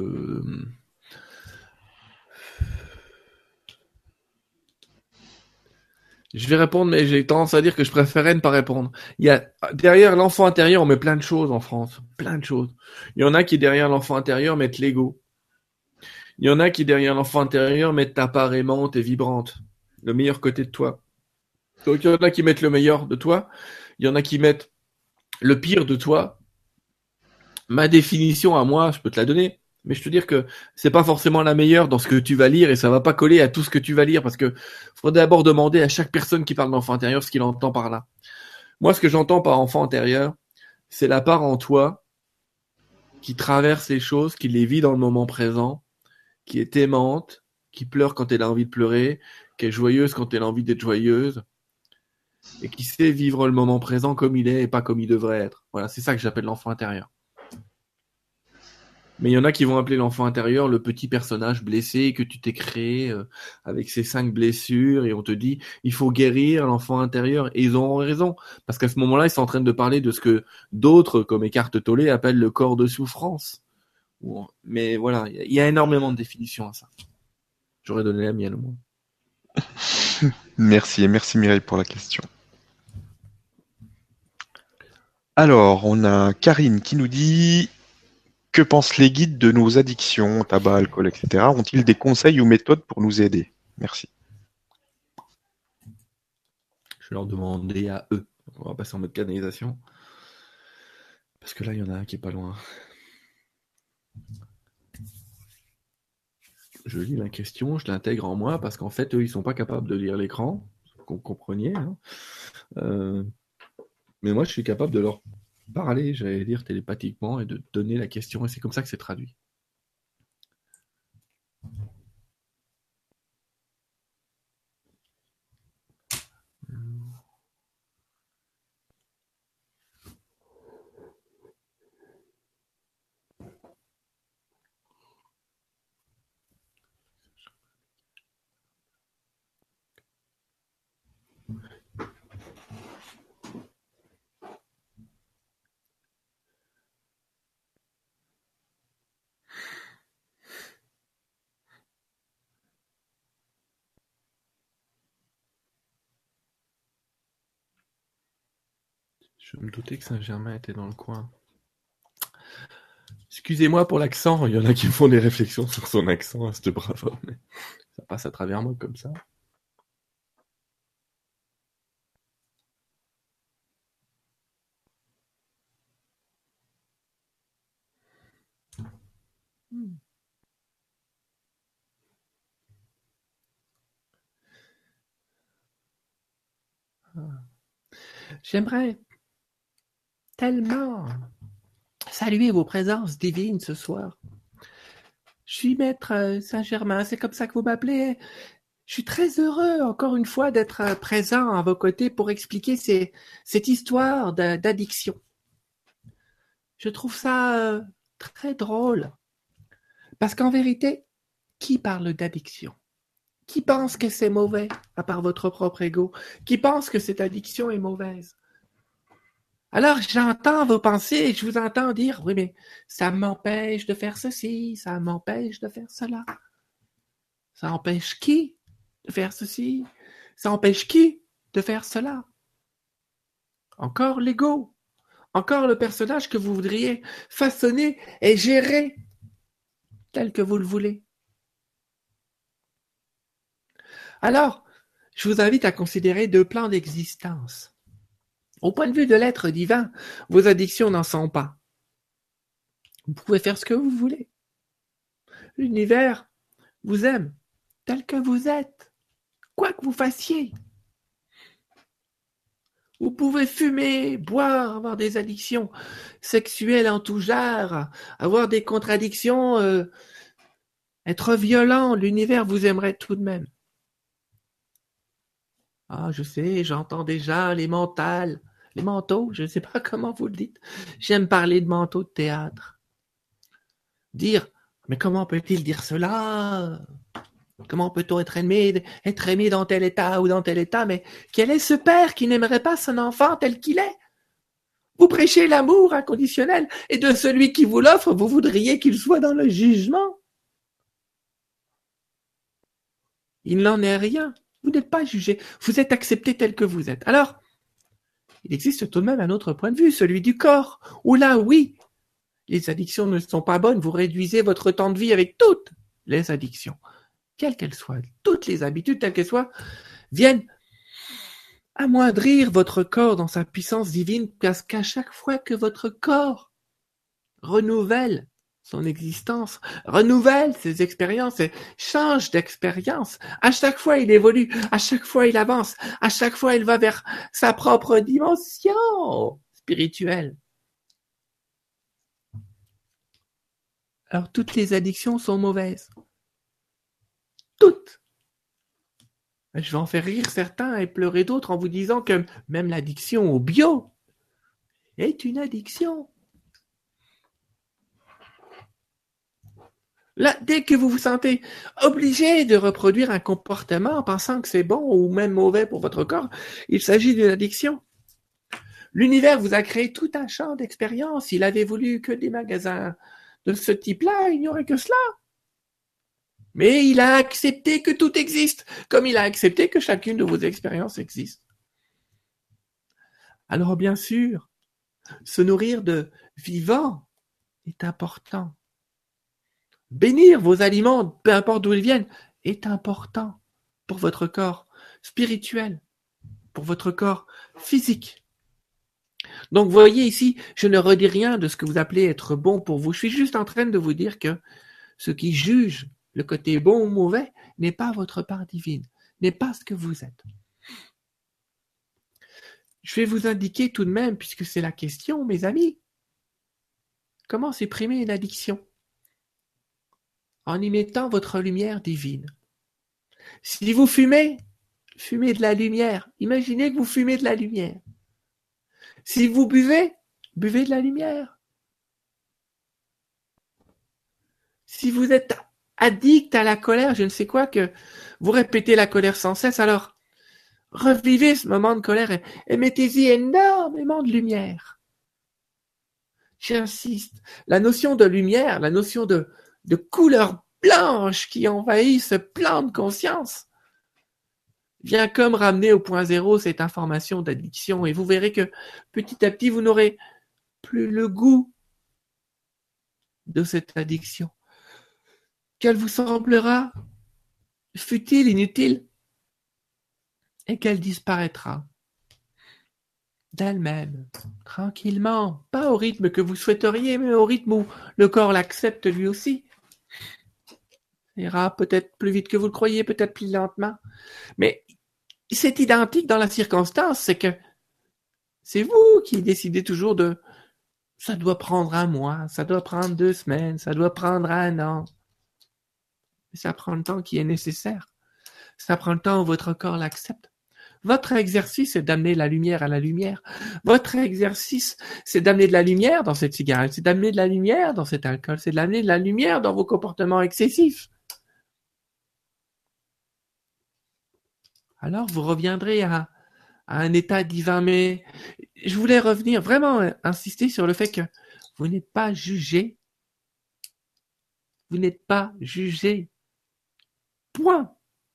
je vais répondre, mais j'ai tendance à dire que je préférerais ne pas répondre. Il y a derrière l'enfant intérieur, on met plein de choses en France, plein de choses. Il y en a qui derrière l'enfant intérieur mettent l'ego. Il y en a qui derrière l'enfant intérieur mettent ta part aimante et vibrante, le meilleur côté de toi. Donc il y en a qui mettent le meilleur de toi, il y en a qui mettent le pire de toi. Ma définition à moi, je peux te la donner, mais je te dire que c'est pas forcément la meilleure dans ce que tu vas lire et ça va pas coller à tout ce que tu vas lire parce que faudrait d'abord demander à chaque personne qui parle d'enfant intérieur ce qu'il entend par là. Moi, ce que j'entends par enfant intérieur, c'est la part en toi qui traverse les choses, qui les vit dans le moment présent, qui est aimante, qui pleure quand elle a envie de pleurer, qui est joyeuse quand elle a envie d'être joyeuse, et qui sait vivre le moment présent comme il est et pas comme il devrait être. Voilà, c'est ça que j'appelle l'enfant intérieur. Mais il y en a qui vont appeler l'enfant intérieur le petit personnage blessé que tu t'es créé avec ses 5 blessures et on te dit il faut guérir l'enfant intérieur et ils ont raison parce qu'à ce moment-là ils sont en train de parler de ce que d'autres comme Eckhart Tolle appellent le corps de souffrance. Mais voilà, il y a énormément de définitions à ça. J'aurais donné la mienne au moins. Merci, et merci Mireille pour la question. Alors, on a Karine qui nous dit: que pensent les guides de nos addictions, tabac, alcool, etc. Ont-ils des conseils ou méthodes pour nous aider? Merci. Je vais leur demander à eux. On va passer en mode canalisation. Parce que là, il y en a un qui est pas loin. Je lis la question, je l'intègre en moi, parce qu'en fait, eux, ils sont pas capables de lire l'écran, que vous compreniez. Hein. Mais moi, je suis capable de leur parler, j'allais dire télépathiquement, et de donner la question, et c'est comme ça que c'est traduit. Je me doutais que Saint-Germain était dans le coin. Excusez-moi pour l'accent, il y en a qui font des réflexions sur son accent, à ce brave homme, mais ça passe à travers moi comme ça. J'aimerais tellement saluer vos présences divines ce soir. Je suis maître Saint-Germain, c'est comme ça que vous m'appelez. Je suis très heureux, encore une fois, d'être présent à vos côtés pour expliquer cette histoire d'addiction. Je trouve ça très drôle. Parce qu'en vérité, qui parle d'addiction? Qui pense que c'est mauvais, à part votre propre ego? Qui pense que cette addiction est mauvaise? Alors j'entends vos pensées et je vous entends dire, oui, mais ça m'empêche de faire ceci, ça m'empêche de faire cela. Ça empêche qui de faire ceci? Ça empêche qui de faire cela? Encore l'ego, encore le personnage que vous voudriez façonner et gérer tel que vous le voulez. Alors, je vous invite à considérer deux plans d'existence. Au point de vue de l'être divin, vos addictions n'en sont pas. Vous pouvez faire ce que vous voulez. L'univers vous aime tel que vous êtes, quoi que vous fassiez. Vous pouvez fumer, boire, avoir des addictions sexuelles en tout genre, avoir des contradictions, être violent, l'univers vous aimerait tout de même. Ah, je sais, j'entends déjà les mentales, les manteaux, je ne sais pas comment vous le dites. J'aime parler de manteaux de théâtre. Dire, mais comment peut-il dire cela? Comment peut-on être aimé dans tel état ou dans tel état? Mais quel est ce père qui n'aimerait pas son enfant tel qu'il est? Vous prêchez l'amour inconditionnel et de celui qui vous l'offre, vous voudriez qu'il soit dans le jugement. Il n'en est rien. Vous n'êtes pas jugé. Vous êtes accepté tel que vous êtes. Alors, il existe tout de même un autre point de vue, celui du corps, où là, oui, les addictions ne sont pas bonnes. Vous réduisez votre temps de vie avec toutes les addictions, quelles qu'elles soient, toutes les habitudes, telles qu'elles soient, viennent amoindrir votre corps dans sa puissance divine, parce qu'à chaque fois que votre corps renouvelle son existence, renouvelle ses expériences et change d'expérience, à chaque fois il évolue, à chaque fois il avance, à chaque fois il va vers sa propre dimension spirituelle. Alors toutes les addictions sont mauvaises. Toutes. Je vais en faire rire certains et pleurer d'autres en vous disant que même l'addiction au bio est une addiction. Là, dès que vous vous sentez obligé de reproduire un comportement en pensant que c'est bon ou même mauvais pour votre corps, il s'agit d'une addiction. L'univers vous a créé tout un champ d'expérience. Il avait voulu que des magasins de ce type-là, il n'y aurait que cela. Mais il a accepté que tout existe, comme il a accepté que chacune de vos expériences existe. Alors bien sûr, se nourrir de vivants est important. Bénir vos aliments, peu importe d'où ils viennent, est important pour votre corps spirituel, pour votre corps physique. Donc, vous voyez ici, je ne redis rien de ce que vous appelez être bon pour vous. Je suis juste en train de vous dire que ce qui juge le côté bon ou mauvais n'est pas votre part divine, n'est pas ce que vous êtes. Je vais vous indiquer tout de même, puisque c'est la question, mes amis, comment supprimer une addiction en y mettant votre lumière divine. Si vous fumez, fumez de la lumière. Imaginez que vous fumez de la lumière. Si vous buvez, buvez de la lumière. Si vous êtes addict à la colère, je ne sais quoi, que vous répétez la colère sans cesse, alors revivez ce moment de colère et mettez-y énormément de lumière. J'insiste, la notion de lumière, la notion de couleur blanche qui envahit ce plan de conscience vient comme ramener au point zéro cette information d'addiction, et vous verrez que petit à petit vous n'aurez plus le goût de cette addiction, qu'elle vous semblera futile, inutile, et qu'elle disparaîtra d'elle-même, tranquillement, pas au rythme que vous souhaiteriez, mais au rythme où le corps l'accepte lui aussi. Ça ira peut-être plus vite que vous le croyez, peut-être plus lentement, mais c'est identique dans la circonstance, c'est que c'est vous qui décidez toujours de ça doit prendre un mois, ça doit prendre 2 semaines, ça doit prendre un an. Mais ça prend le temps qui est nécessaire. Ça prend le temps où votre corps l'accepte. Votre exercice, c'est d'amener la lumière à la lumière. Votre exercice, c'est d'amener de la lumière dans cette cigarette, c'est d'amener de la lumière dans cet alcool, c'est d'amener de la lumière dans vos comportements excessifs. Alors vous reviendrez à un état divin, mais je voulais revenir, vraiment insister sur le fait que vous n'êtes pas jugé. Vous n'êtes pas jugé. Point.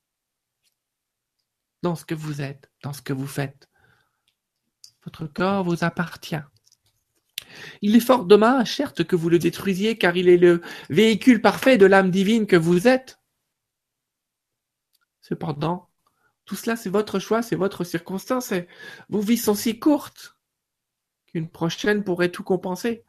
Dans ce que vous êtes, dans ce que vous faites. Votre corps vous appartient. Il est fort dommage, certes, que vous le détruisiez, car il est le véhicule parfait de l'âme divine que vous êtes. Cependant, tout cela, c'est votre choix, c'est votre circonstance, et vos vies sont si courtes qu'une prochaine pourrait tout compenser.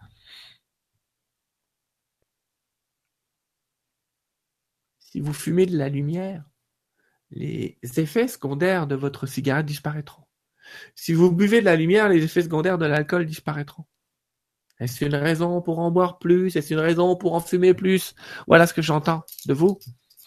Si vous fumez de la lumière, les effets secondaires de votre cigarette disparaîtront. Si vous buvez de la lumière, les effets secondaires de l'alcool disparaîtront. Est-ce une raison pour en boire plus? Est-ce une raison pour en fumer plus? Voilà ce que j'entends de vous.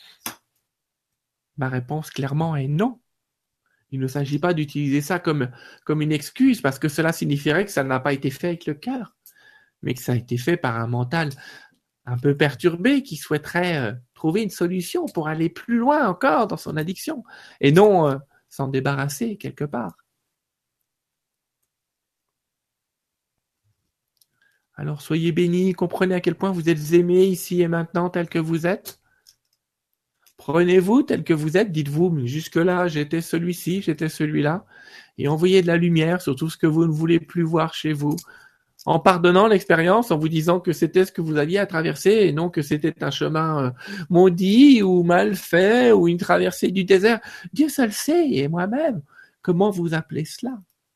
Ma réponse clairement est non. Il ne s'agit pas d'utiliser ça comme une excuse, parce que cela signifierait que ça n'a pas été fait avec le cœur, mais que ça a été fait par un mental un peu perturbé qui souhaiterait trouver une solution pour aller plus loin encore dans son addiction, et non s'en débarrasser quelque part. Alors soyez bénis, comprenez à quel point vous êtes aimés ici et maintenant tel que vous êtes. Prenez-vous tel que vous êtes, dites-vous, jusque-là j'étais celui-ci, j'étais celui-là, et envoyez de la lumière sur tout ce que vous ne voulez plus voir chez vous, en pardonnant l'expérience, en vous disant que c'était ce que vous aviez à traverser et non que c'était un chemin maudit ou mal fait ou une traversée du désert. Dieu seul sait, et moi-même, comment vous appelez cela.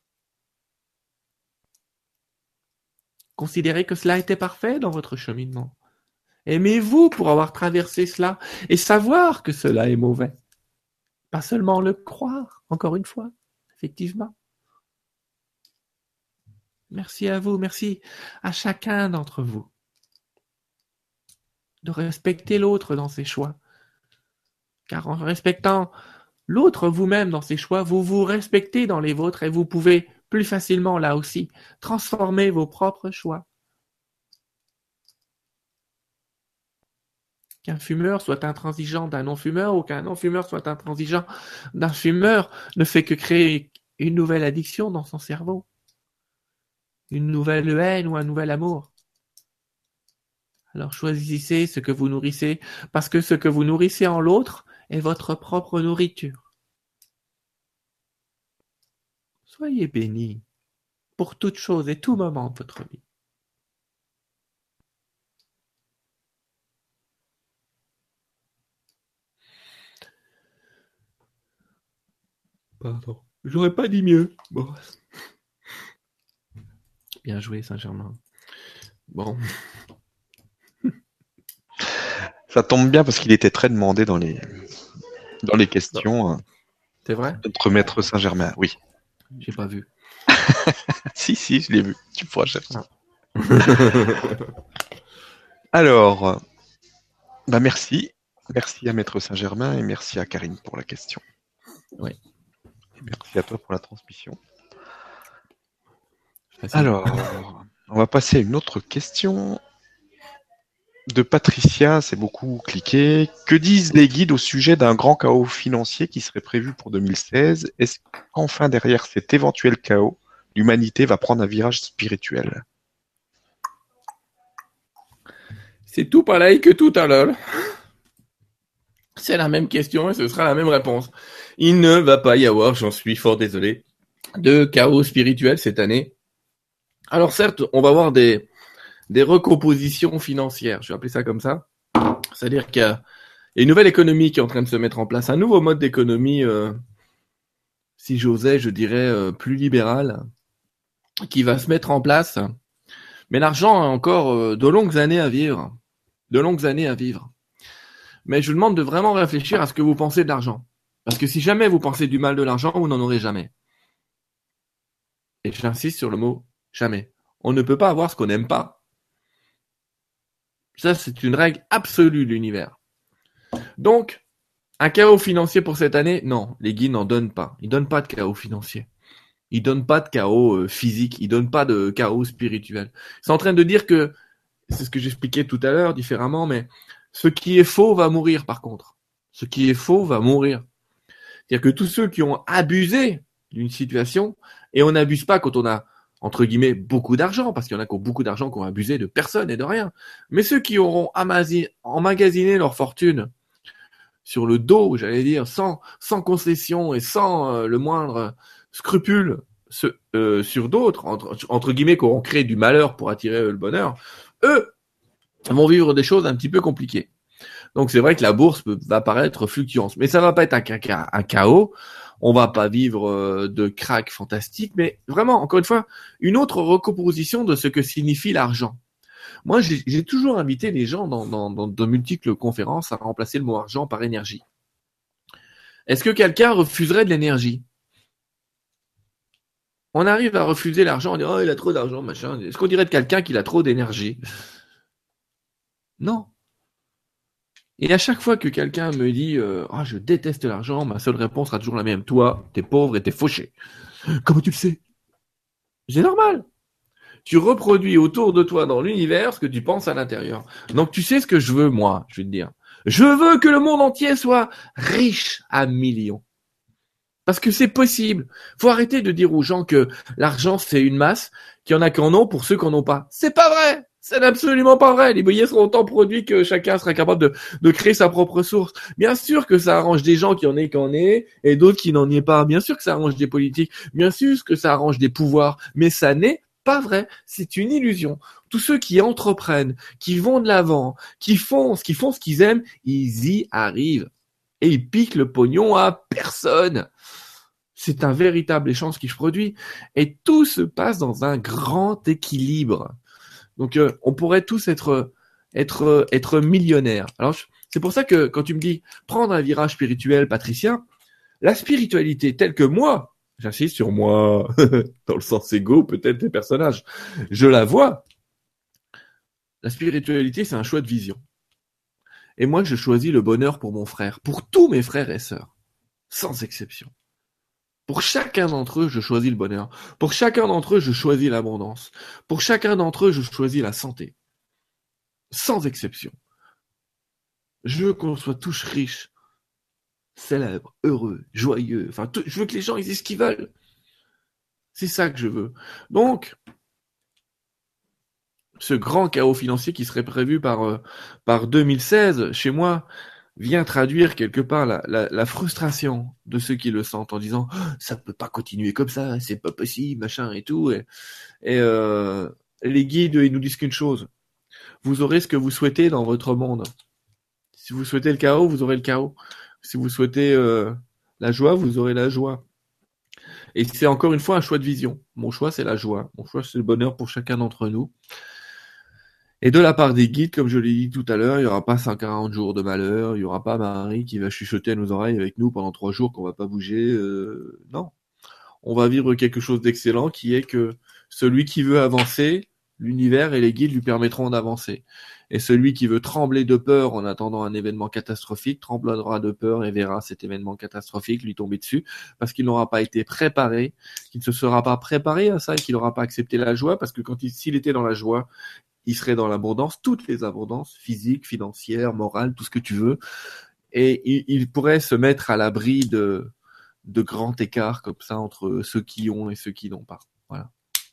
Considérez que cela était parfait dans votre cheminement. Aimez-vous pour avoir traversé cela et savoir que cela est mauvais. Pas seulement le croire, encore une fois, effectivement. Merci à vous, merci à chacun d'entre vous de respecter l'autre dans ses choix. Car en respectant l'autre vous-même dans ses choix, vous vous respectez dans les vôtres et vous pouvez plus facilement, là aussi, transformer vos propres choix. Qu'un fumeur soit intransigeant d'un non-fumeur ou qu'un non-fumeur soit intransigeant d'un fumeur ne fait que créer une nouvelle addiction dans son cerveau, une nouvelle haine ou un nouvel amour. Alors choisissez ce que vous nourrissez, parce que ce que vous nourrissez en l'autre est votre propre nourriture. Soyez bénis pour toute chose et tout moment de votre vie. Pardon. J'aurais pas dit mieux. Bon. Bien joué, Saint-Germain. Bon. Ça tombe bien parce qu'il était très demandé dans les questions. C'est vrai? Notre maître Saint-Germain, oui. J'ai pas vu. Si, je l'ai vu. Tu pourras chercher. Alors, merci. Merci à maître Saint-Germain et merci à Karine pour la question. Oui. Et merci à toi pour la transmission. Facile. Alors, on va passer à une autre question. De Patricia, c'est beaucoup cliqué. Que disent les guides au sujet d'un grand chaos financier qui serait prévu pour 2016? Est-ce qu'enfin derrière cet éventuel chaos, l'humanité va prendre un virage spirituel? C'est tout pareil que tout à l'heure. C'est la même question et ce sera la même réponse. Il ne va pas y avoir, j'en suis fort désolé, de chaos spirituel cette année. Alors certes, on va avoir des recompositions financières, je vais appeler ça comme ça. C'est-à-dire qu'il y a une nouvelle économie qui est en train de se mettre en place, un nouveau mode d'économie, si j'osais, je dirais plus libéral, qui va se mettre en place. Mais l'argent a encore de longues années à vivre. De longues années à vivre. Mais je vous demande de vraiment réfléchir à ce que vous pensez de l'argent. Parce que si jamais vous pensez du mal de l'argent, vous n'en aurez jamais. Et j'insiste sur le mot jamais. On ne peut pas avoir ce qu'on n'aime pas. Ça, c'est une règle absolue de l'univers. Donc, un chaos financier pour cette année, non, les guides n'en donnent pas. Ils donnent pas de chaos financier. Ils donnent pas de chaos physique. Ils donnent pas de chaos spirituel. Ils sont en train de dire que, c'est ce que j'expliquais tout à l'heure différemment, mais ce qui est faux va mourir par contre. Ce qui est faux va mourir. C'est-à-dire que tous ceux qui ont abusé d'une situation, et on n'abuse pas quand on a, entre guillemets, beaucoup d'argent, parce qu'il y en a qui ont beaucoup d'argent qui ont abusé de personne et de rien. Mais ceux qui auront emmagasiné leur fortune sur le dos, j'allais dire, sans concession et sans le moindre scrupule sur d'autres, entre guillemets, qui auront créé du malheur pour attirer le bonheur, eux vont vivre des choses un petit peu compliquées. Donc c'est vrai que la bourse va paraître fluctuante, mais ça va pas être un chaos. On va pas vivre de crack fantastique, mais vraiment, encore une fois, une autre recomposition de ce que signifie l'argent. Moi, j'ai toujours invité les gens dans de multiples conférences à remplacer le mot argent par énergie. Est-ce que quelqu'un refuserait de l'énergie? On arrive à refuser l'argent, on dit « Oh, il a trop d'argent, machin ». Est-ce qu'on dirait de quelqu'un qu'il a trop d'énergie? Non. Et à chaque fois que quelqu'un me dit ah, je déteste l'argent, ma seule réponse sera toujours la même. Toi, t'es pauvre et t'es fauché. Comment tu le sais? C'est normal. Tu reproduis autour de toi dans l'univers ce que tu penses à l'intérieur. Donc tu sais ce que je veux, moi, je vais te dire. Je veux que le monde entier soit riche à millions. Parce que c'est possible. Faut arrêter de dire aux gens que l'argent c'est une masse, qu'il y en a qui en ont pour ceux qui en ont pas. C'est pas vrai. C'est absolument pas vrai. Les billets seront autant produits que chacun sera capable de créer sa propre source. Bien sûr que ça arrange des gens qui en aient qu'en aient et d'autres qui n'en aient pas. Bien sûr que ça arrange des politiques. Bien sûr que ça arrange des pouvoirs. Mais ça n'est pas vrai. C'est une illusion. Tous ceux qui entreprennent, qui vont de l'avant, qui font ce qu'ils aiment, ils y arrivent. Et ils piquent le pognon à personne. C'est un véritable échange qui se produit. Et tout se passe dans un grand équilibre. Donc, on pourrait tous être millionnaires. Alors, c'est pour ça que quand tu me dis prendre un virage spirituel, Patricia, la spiritualité telle que moi, j'insiste sur moi, dans le sens égo peut-être des personnages, je la vois. La spiritualité, c'est un choix de vision. Et moi, je choisis le bonheur pour mon frère, pour tous mes frères et sœurs, sans exception. Pour chacun d'entre eux, je choisis le bonheur. Pour chacun d'entre eux, je choisis l'abondance. Pour chacun d'entre eux, je choisis la santé. Sans exception. Je veux qu'on soit tous riches, célèbres, heureux, joyeux. Enfin, je veux que les gens ils aient ce qu'ils veulent. C'est ça que je veux. Donc, ce grand chaos financier qui serait prévu par 2016 chez moi vient traduire quelque part la frustration de ceux qui le sentent en disant ça peut pas continuer comme ça, c'est pas possible, machin et tout. Et les guides, ils nous disent qu'une chose: vous aurez ce que vous souhaitez dans votre monde. Si vous souhaitez le chaos, vous aurez le chaos. Si vous souhaitez la joie, vous aurez la joie. Et c'est encore une fois un choix de vision. Mon choix, c'est la joie. Mon choix, c'est le bonheur pour chacun d'entre nous. Et de la part des guides, comme je l'ai dit tout à l'heure, il n'y aura pas 140 jours de malheur, il n'y aura pas Marie qui va chuchoter à nos oreilles avec nous pendant 3 jours qu'on va pas bouger. Non. On va vivre quelque chose d'excellent qui est que celui qui veut avancer, l'univers et les guides lui permettront d'avancer. Et celui qui veut trembler de peur en attendant un événement catastrophique tremblera de peur et verra cet événement catastrophique lui tomber dessus parce qu'il n'aura pas été préparé, qu'il ne se sera pas préparé à ça et qu'il n'aura pas accepté la joie parce que s'il était dans la joie, il serait dans l'abondance, toutes les abondances, physiques, financières, morales, tout ce que tu veux. Et il pourrait se mettre à l'abri de grands écarts comme ça entre ceux qui ont et ceux qui n'ont pas. Voilà.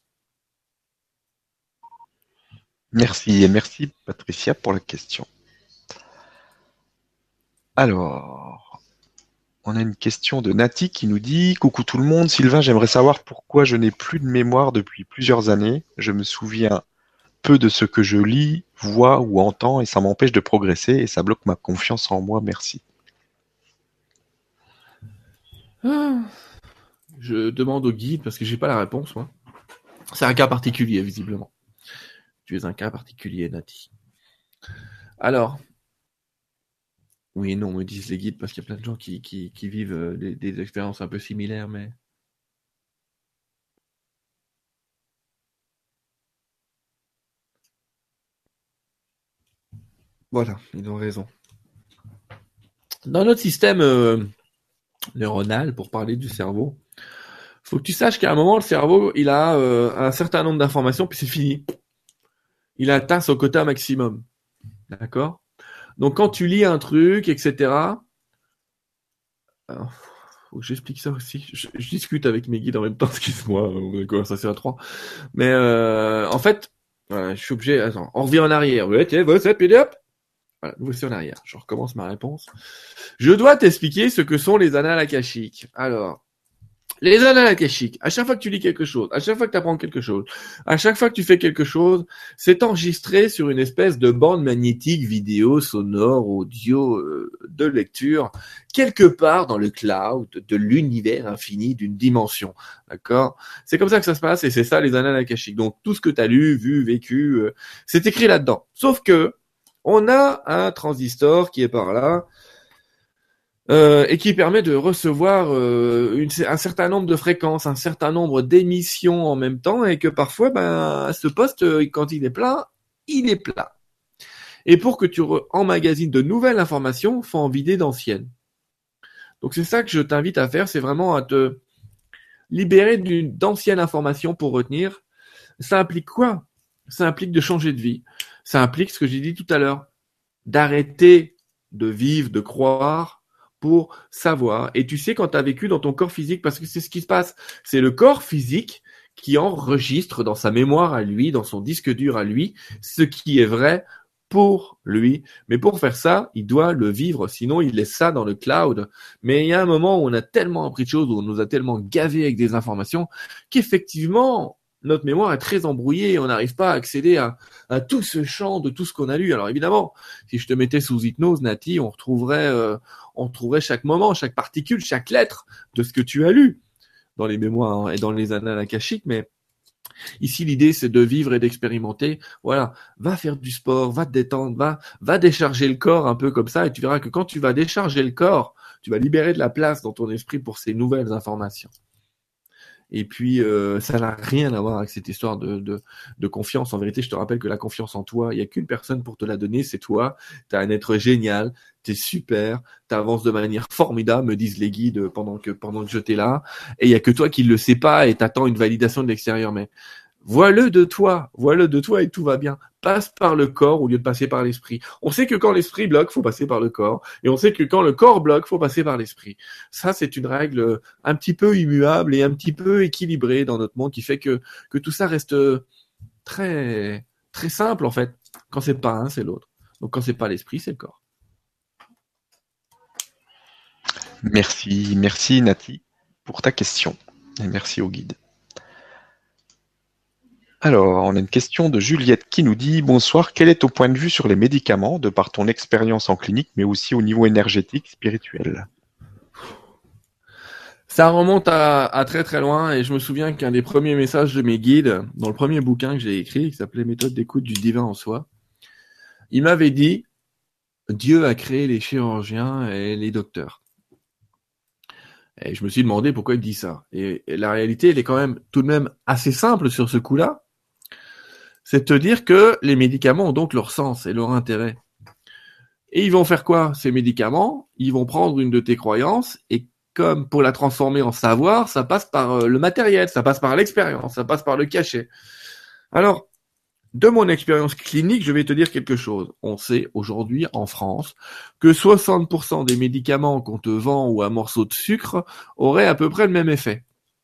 Merci, et merci Patricia pour la question. Alors, on a une question de Nati qui nous dit: coucou tout le monde, Sylvain, j'aimerais savoir pourquoi je n'ai plus de mémoire depuis plusieurs années. Je me souviens peu de ce que je lis, vois ou entends et ça m'empêche de progresser et ça bloque ma confiance en moi. Merci. Je demande au guide parce que j'ai pas la réponse, moi. C'est un cas particulier, visiblement. Tu es un cas particulier, Nati. Alors, oui et non, me disent les guides, parce qu'il y a plein de gens qui vivent des expériences un peu similaires, mais... Voilà, ils ont raison. Dans notre système neuronal, pour parler du cerveau, faut que tu saches qu'à un moment, le cerveau, il a un certain nombre d'informations, puis c'est fini. Il a atteint son quota maximum. D'accord ? Donc, quand tu lis un truc, etc., alors, faut que j'explique ça aussi. Je discute avec mes guides en même temps, excuse-moi, on a une conversation à 3. Mais en fait, je suis obligé... Attends, on revient en arrière. Ouais, tiens, voilà, nous voici en arrière. Je recommence ma réponse. Je dois t'expliquer ce que sont les annales akashiques. Alors, les annales akashiques, à chaque fois que tu lis quelque chose, à chaque fois que tu apprends quelque chose, à chaque fois que tu fais quelque chose, c'est enregistré sur une espèce de bande magnétique, vidéo, sonore, audio, de lecture, quelque part dans le cloud de l'univers infini d'une dimension. D'accord ? C'est comme ça que ça se passe et c'est ça les annales akashiques. Donc tout ce que tu as lu, vu, vécu, c'est écrit là-dedans. Sauf que on a un transistor qui est par là, et qui permet de recevoir un certain nombre de fréquences, un certain nombre d'émissions en même temps, et que parfois, ce poste, quand il est plein, il est plein. Et pour que tu emmagasines de nouvelles informations, faut en vider d'anciennes. Donc c'est ça que je t'invite à faire, c'est vraiment à te libérer d'anciennes informations pour retenir. Ça implique quoi ? Ça implique de changer de vie. Ça implique ce que j'ai dit tout à l'heure, d'arrêter de vivre, de croire, pour savoir. Et tu sais quand tu as vécu dans ton corps physique, parce que c'est ce qui se passe. C'est le corps physique qui enregistre dans sa mémoire à lui, dans son disque dur à lui, ce qui est vrai pour lui. Mais pour faire ça, il doit le vivre, sinon il laisse ça dans le cloud. Mais il y a un moment où on a tellement appris de choses, où on nous a tellement gavé avec des informations, qu'effectivement, notre mémoire est très embrouillée, on n'arrive pas à accéder à tout ce champ de tout ce qu'on a lu. Alors évidemment, si je te mettais sous hypnose, Nati, on retrouverait chaque moment, chaque particule, chaque lettre de ce que tu as lu dans les mémoires et dans les annales akashiques, mais ici l'idée c'est de vivre et d'expérimenter. Voilà, va faire du sport, va te détendre, va décharger le corps un peu comme ça, et tu verras que quand tu vas décharger le corps, tu vas libérer de la place dans ton esprit pour ces nouvelles informations. Et puis, ça n'a rien à voir avec cette histoire de confiance. En vérité, je te rappelle que la confiance en toi, il n'y a qu'une personne pour te la donner, c'est toi. Tu as un être génial, tu es super, tu avances de manière formidable, me disent les guides pendant que je t'ai là. Et il n'y a que toi qui le sais pas et t'attends une validation de l'extérieur. Mais vois-le de toi et tout va bien. Passe par le corps au lieu de passer par l'esprit. On sait que quand l'esprit bloque, faut passer par le corps. Et on sait que quand le corps bloque, faut passer par l'esprit. Ça, c'est une règle un petit peu immuable et un petit peu équilibrée dans notre monde qui fait que tout ça reste très, Très simple, en fait. Quand c'est pas un, c'est l'autre. Donc, quand c'est pas l'esprit, c'est le corps. Merci Nati pour ta question. Et merci au guide. Alors, on a une question de Juliette qui nous dit: bonsoir, quel est ton point de vue sur les médicaments, de par ton expérience en clinique, mais aussi au niveau énergétique, spirituel? Ça remonte à très très loin, et je me souviens qu'un des premiers messages de mes guides, dans le premier bouquin que j'ai écrit, qui s'appelait Méthode d'écoute du divin en soi, il m'avait dit: Dieu a créé les chirurgiens et les docteurs. Et je me suis demandé pourquoi il dit ça. Et la réalité, elle est quand même tout de même assez simple sur ce coup-là. C'est de te dire que les médicaments ont donc leur sens et leur intérêt. Et ils vont faire quoi, ces médicaments? Ils vont prendre une de tes croyances, et comme pour la transformer en savoir, ça passe par le matériel, ça passe par l'expérience, ça passe par le cachet. Alors, de mon expérience clinique, je vais te dire quelque chose. On sait aujourd'hui en France que 60% des médicaments qu'on te vend ou un morceau de sucre auraient à peu près le même effet.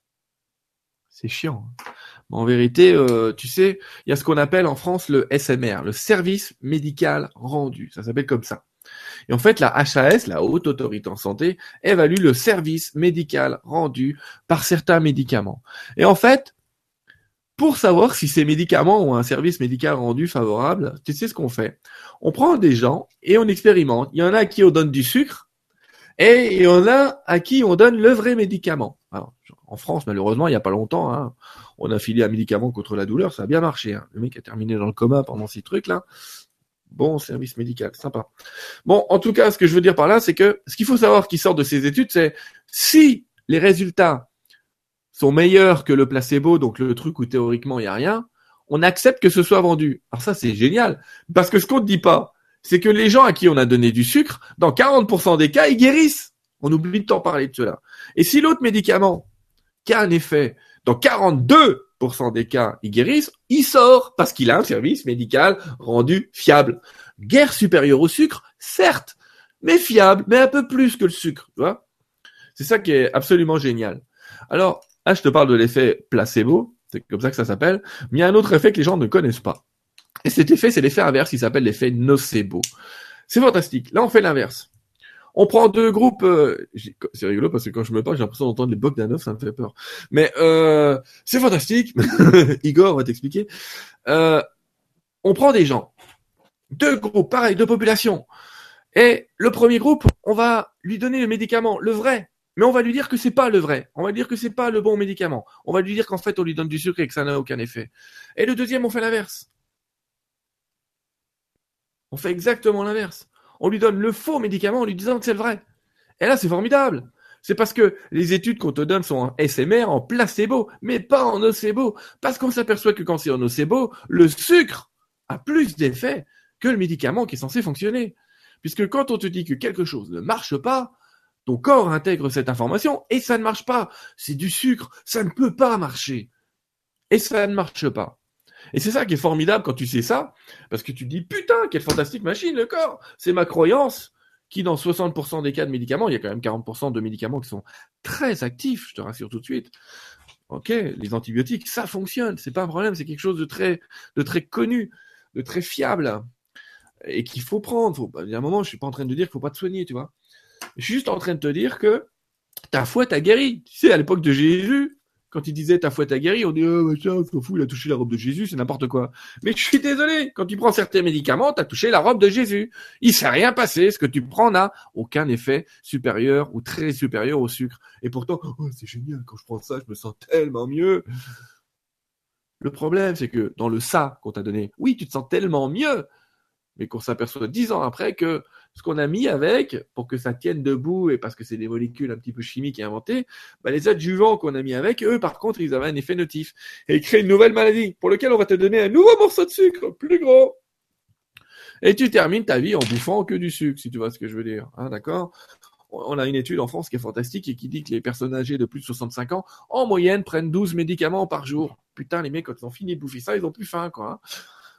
C'est chiant. Mais en vérité, tu sais, il y a ce qu'on appelle en France le SMR, le service médical rendu. Ça s'appelle comme ça. Et en fait, la HAS, la Haute Autorité en Santé, évalue le service médical rendu par certains médicaments. Et en fait, pour savoir si ces médicaments ont un service médical rendu favorable, tu sais ce qu'on fait? On prend des gens et on expérimente. Il y en a à qui on donne du sucre, et il y en a à qui on donne le vrai médicament. Alors, en France, malheureusement, il n'y a pas longtemps, hein, on a filé un médicament contre la douleur, ça a bien marché. Hein. Le mec a terminé dans le coma pendant ces trucs-là. Bon service médical, sympa. Bon, en tout cas, ce que je veux dire par là, c'est que ce qu'il faut savoir qui sort de ces études, c'est si les résultats sont meilleurs que le placebo, donc le truc où théoriquement il n'y a rien, on accepte que ce soit vendu. Alors ça, c'est génial. Parce que ce qu'on ne dit pas, c'est que les gens à qui on a donné du sucre, dans 40% des cas, ils guérissent. On oublie de t'en parler de cela. Et si l'autre médicament, qui a un effet, dans 42% des cas, il guérissent, il sort parce qu'il a un service médical rendu fiable. Guerre supérieure au sucre, certes, mais fiable, mais un peu plus que le sucre, tu vois. C'est ça qui est absolument génial. Alors, là, je te parle de l'effet placebo, c'est comme ça que ça s'appelle, mais il y a un autre effet que les gens ne connaissent pas. Et cet effet, c'est l'effet inverse, il s'appelle l'effet nocebo. C'est fantastique. Là, on fait l'inverse. On prend deux groupes, c'est rigolo parce que quand je me parle, j'ai l'impression d'entendre les Bogdanov, ça me fait peur. Mais c'est fantastique. Igor va t'expliquer. On prend des gens, deux groupes, pareil, deux populations. Et le premier groupe, on va lui donner le médicament, le vrai. Mais on va lui dire que c'est pas le vrai. On va lui dire que c'est pas le bon médicament. On va lui dire qu'en fait, on lui donne du sucre et que ça n'a aucun effet. Et le deuxième, on fait l'inverse. On fait exactement l'inverse. On lui donne le faux médicament en lui disant que c'est le vrai. Et là, c'est formidable. C'est parce que les études qu'on te donne sont en SMR, en placebo, mais pas en nocebo. Parce qu'on s'aperçoit que quand c'est en nocebo, le sucre a plus d'effet que le médicament qui est censé fonctionner. Puisque quand on te dit que quelque chose ne marche pas, ton corps intègre cette information et ça ne marche pas. C'est du sucre, ça ne peut pas marcher. Et ça ne marche pas. Et c'est ça qui est formidable quand tu sais ça, parce que tu te dis, putain, quelle fantastique machine, le corps. C'est ma croyance qui, dans 60% des cas de médicaments, il y a quand même 40% de médicaments qui sont très actifs, je te rassure tout de suite. Ok, les antibiotiques, ça fonctionne, c'est pas un problème, c'est quelque chose de très connu, de très fiable, et qu'il faut prendre. Il y a un moment, je suis pas en train de dire qu'il faut pas te soigner, tu vois. Je suis juste en train de te dire que ta foi t'a guéri. Tu sais, à l'époque de Jésus, quand il disait ta foi t'a guéri, on dit machin, on s'en fout, il a touché la robe de Jésus, c'est n'importe quoi. Mais je suis désolé, quand tu prends certains médicaments, t'as touché la robe de Jésus. Il s'est rien passé, ce que tu prends n'a aucun effet supérieur ou très supérieur au sucre. Et pourtant, c'est génial, quand je prends ça, je me sens tellement mieux. Le problème, c'est que dans le ça qu'on t'a donné, oui, tu te sens tellement mieux, mais qu'on s'aperçoit 10 ans après que ce qu'on a mis avec, pour que ça tienne debout, et parce que c'est des molécules un petit peu chimiques et inventées, les adjuvants qu'on a mis avec, eux, par contre, ils avaient un effet nocif. Et ils créent une nouvelle maladie, pour laquelle on va te donner un nouveau morceau de sucre, plus gros. Et tu termines ta vie en bouffant que du sucre, si tu vois ce que je veux dire. Hein, d'accord ? On a une étude en France qui est fantastique et qui dit que les personnes âgées de plus de 65 ans, en moyenne, prennent 12 médicaments par jour. Putain, les mecs, quand ils ont fini de bouffer ça, ils ont plus faim, quoi. Hein.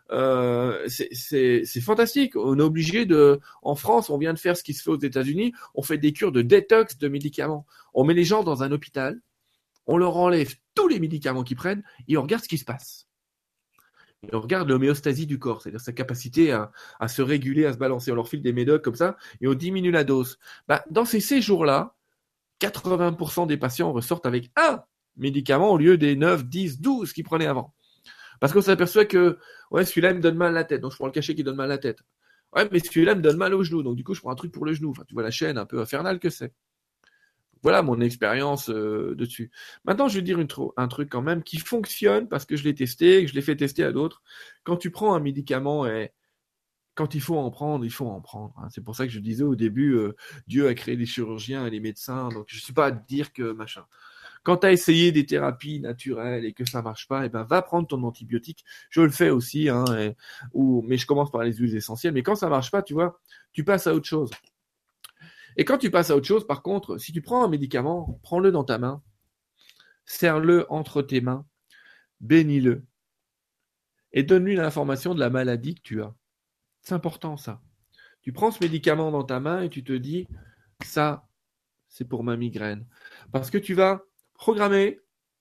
C'est fantastique. On est obligé en France, on vient de faire ce qui se fait aux États-Unis. On fait des cures de détox de médicaments. On met les gens dans un hôpital, on leur enlève tous les médicaments qu'ils prennent et on regarde ce qui se passe. Et on regarde l'homéostasie du corps, c'est-à-dire sa capacité à se réguler, à se balancer. On leur file des médocs comme ça et on diminue la dose. Dans ces séjours-là, 80% des patients ressortent avec un médicament au lieu des 9, 10, 12 qu'ils prenaient avant. Parce qu'on s'aperçoit que ouais, celui-là me donne mal à la tête, donc je prends le cachet qui donne mal à la tête. Ouais, mais celui-là me donne mal au genou, donc du coup je prends un truc pour le genou. Enfin, tu vois la chaîne un peu infernale que c'est. Voilà mon expérience dessus. Maintenant, je vais dire un truc quand même qui fonctionne parce que je l'ai testé, que je l'ai fait tester à d'autres. Quand tu prends un médicament et quand il faut en prendre, il faut en prendre. Hein. C'est pour ça que je disais au début, Dieu a créé les chirurgiens et les médecins, donc je ne suis pas à te dire que machin. Quand tu as essayé des thérapies naturelles et que ça marche pas, va prendre ton antibiotique. Je le fais aussi, hein, mais je commence par les huiles essentielles. Mais quand ça marche pas, tu vois, tu passes à autre chose. Et quand tu passes à autre chose, par contre, si tu prends un médicament, prends-le dans ta main, serre-le entre tes mains, bénis-le et donne-lui l'information de la maladie que tu as. C'est important ça. Tu prends ce médicament dans ta main et tu te dis, ça, c'est pour ma migraine. Parce que tu vas programmer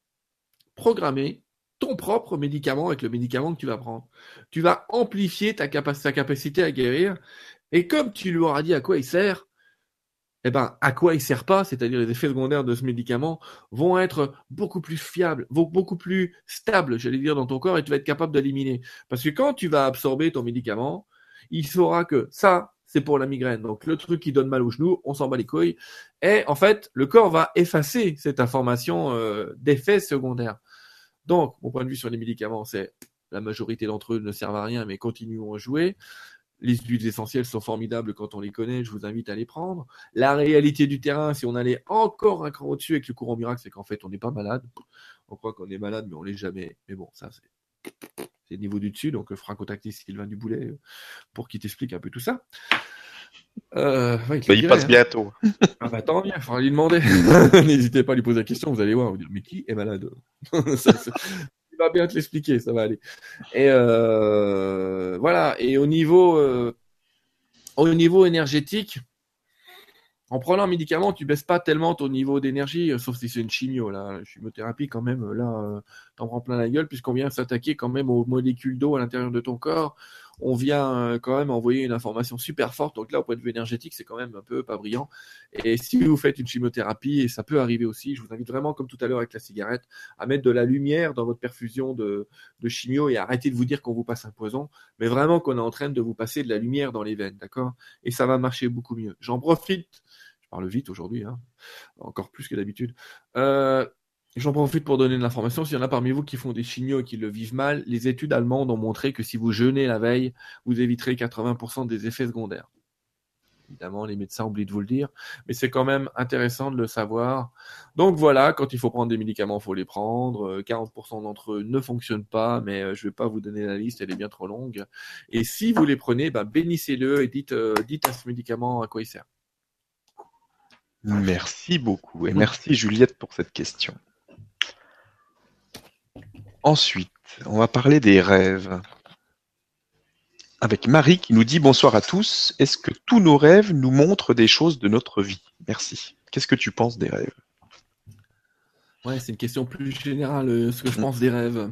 ton propre médicament avec le médicament que tu vas prendre. Tu vas amplifier ta capacité à guérir. Et comme tu lui auras dit à quoi il sert, à quoi il sert pas, c'est-à-dire les effets secondaires de ce médicament, vont être beaucoup plus fiables, beaucoup plus stables, j'allais dire, dans ton corps et tu vas être capable d'éliminer. Parce que quand tu vas absorber ton médicament, il saura que ça, c'est pour la migraine. Donc le truc qui donne mal au genou, on s'en bat les couilles. Et en fait, le corps va effacer cette information d'effets secondaires. Donc, mon point de vue sur les médicaments, c'est la majorité d'entre eux ne servent à rien, mais continuons à jouer. Les huiles essentielles sont formidables quand on les connaît, je vous invite à les prendre. La réalité du terrain, si on allait encore un cran au-dessus avec le courant miracle, c'est qu'en fait, on n'est pas malade. On croit qu'on est malade, mais on l'est jamais. Mais bon, ça, c'est le niveau du dessus, donc il faudra contacter Sylvain Duboulet pour qu'il t'explique un peu tout ça. Ouais, il passe bientôt. Ah bah tant mieux, il faudra lui demander. N'hésitez pas à lui poser la question, vous allez voir, vous dire, mais qui est malade? Il va bien te l'expliquer, ça va aller. Et voilà. Et au niveau énergétique, en prenant un médicament, tu baisses pas tellement ton niveau d'énergie, sauf si c'est une chimio. La chimiothérapie, quand même, là, t'en prends plein la gueule, puisqu'on vient s'attaquer quand même aux molécules d'eau à l'intérieur de ton corps. On vient quand même envoyer une information super forte. Donc là, au point de vue énergétique, c'est quand même un peu pas brillant. Et si vous faites une chimiothérapie, et ça peut arriver aussi, je vous invite vraiment, comme tout à l'heure avec la cigarette, à mettre de la lumière dans votre perfusion de chimio et arrêter de vous dire qu'on vous passe un poison, mais vraiment qu'on est en train de vous passer de la lumière dans les veines, d'accord? Et ça va marcher beaucoup mieux. J'en profite. Je parle vite aujourd'hui, hein, encore plus que d'habitude. J'en profite pour donner de l'information. S'il y en a parmi vous qui font des chimios et qui le vivent mal, les études allemandes ont montré que si vous jeûnez la veille, vous éviterez 80% des effets secondaires. Évidemment, les médecins oublient de vous le dire, mais c'est quand même intéressant de le savoir. Donc voilà, quand il faut prendre des médicaments, il faut les prendre. 40% d'entre eux ne fonctionnent pas, mais je ne vais pas vous donner la liste, elle est bien trop longue. Et si vous les prenez, bénissez-le et dites à ce médicament à quoi il sert. Merci beaucoup et merci Juliette pour cette question. Ensuite, on va parler des rêves. Avec Marie qui nous dit bonsoir à tous. Est-ce que tous nos rêves nous montrent des choses de notre vie? Merci. Qu'est-ce que tu penses des rêves? Ouais, c'est une question plus générale, ce que je pense des rêves.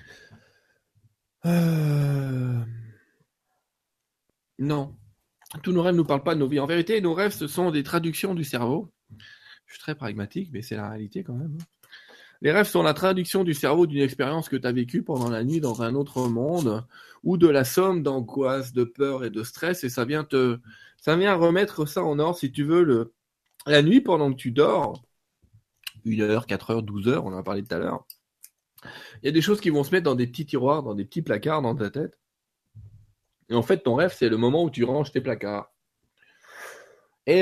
Non. Tous nos rêves ne nous parlent pas de nos vies. En vérité, nos rêves, ce sont des traductions du cerveau. Je suis très pragmatique, mais c'est la réalité quand même. Les rêves sont la traduction du cerveau d'une expérience que tu as vécue pendant la nuit dans un autre monde, ou de la somme d'angoisse, de peur et de stress, et ça vient remettre ça en ordre, si tu veux, la nuit pendant que tu dors, 1 heure, 4 heures, 12 heures, on en a parlé tout à l'heure. Il y a des choses qui vont se mettre dans des petits tiroirs, dans des petits placards dans ta tête. Et en fait, ton rêve, c'est le moment où tu ranges tes placards. Et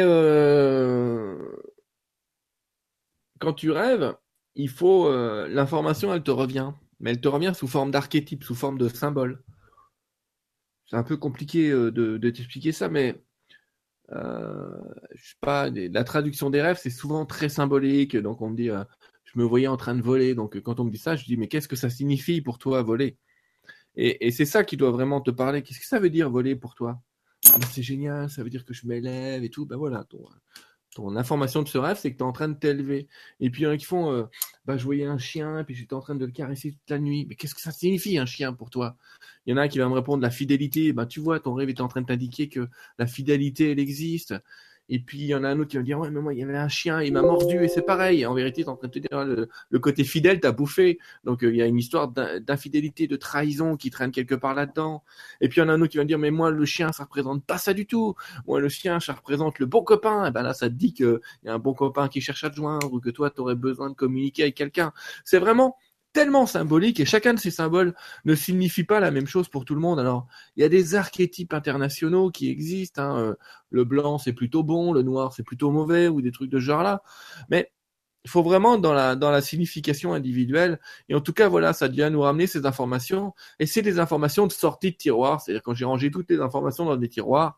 quand tu rêves, il faut l'information, elle te revient, mais elle te revient sous forme d'archétype, sous forme de symbole. C'est un peu compliqué de t'expliquer ça, mais je sais pas, la traduction des rêves, c'est souvent très symbolique. Donc on me dit, je me voyais en train de voler. Donc quand on me dit ça, je dis, mais qu'est-ce que ça signifie pour toi voler? Et c'est ça qui doit vraiment te parler. Qu'est-ce que ça veut dire voler pour toi? Ah ben, c'est génial, ça veut dire que je m'élève et tout. Ben voilà, Ton information de ce rêve, c'est que tu es en train de t'élever. Et puis il y en a qui font je voyais un chien, et puis j'étais en train de le caresser toute la nuit. Mais qu'est-ce que ça signifie un chien pour toi? Il y en a qui va me répondre la fidélité. Tu vois, ton rêve est en train de t'indiquer que la fidélité, elle existe. Et puis il y en a un autre qui va me dire ouais, mais moi il y avait un chien, il m'a mordu et c'est pareil. En vérité, tu es en train de te dire le côté fidèle t'as bouffé. Donc il y a une histoire d'infidélité, de trahison qui traîne quelque part là-dedans. Et puis il y en a un autre qui va me dire mais moi le chien ça représente pas ça du tout. Moi le chien ça représente le bon copain. Et ben là ça te dit que il y a un bon copain qui cherche à te joindre ou que toi tu aurais besoin de communiquer avec quelqu'un. C'est vraiment tellement symbolique et chacun de ces symboles ne signifie pas la même chose pour tout le monde. Alors, il y a des archétypes internationaux qui existent. Le blanc, c'est plutôt bon, le noir, c'est plutôt mauvais ou des trucs de ce genre-là. Mais il faut vraiment dans la signification individuelle. Et en tout cas, voilà, ça vient nous ramener ces informations. Et c'est des informations de sortie de tiroir. C'est-à-dire quand j'ai rangé toutes les informations dans des tiroirs,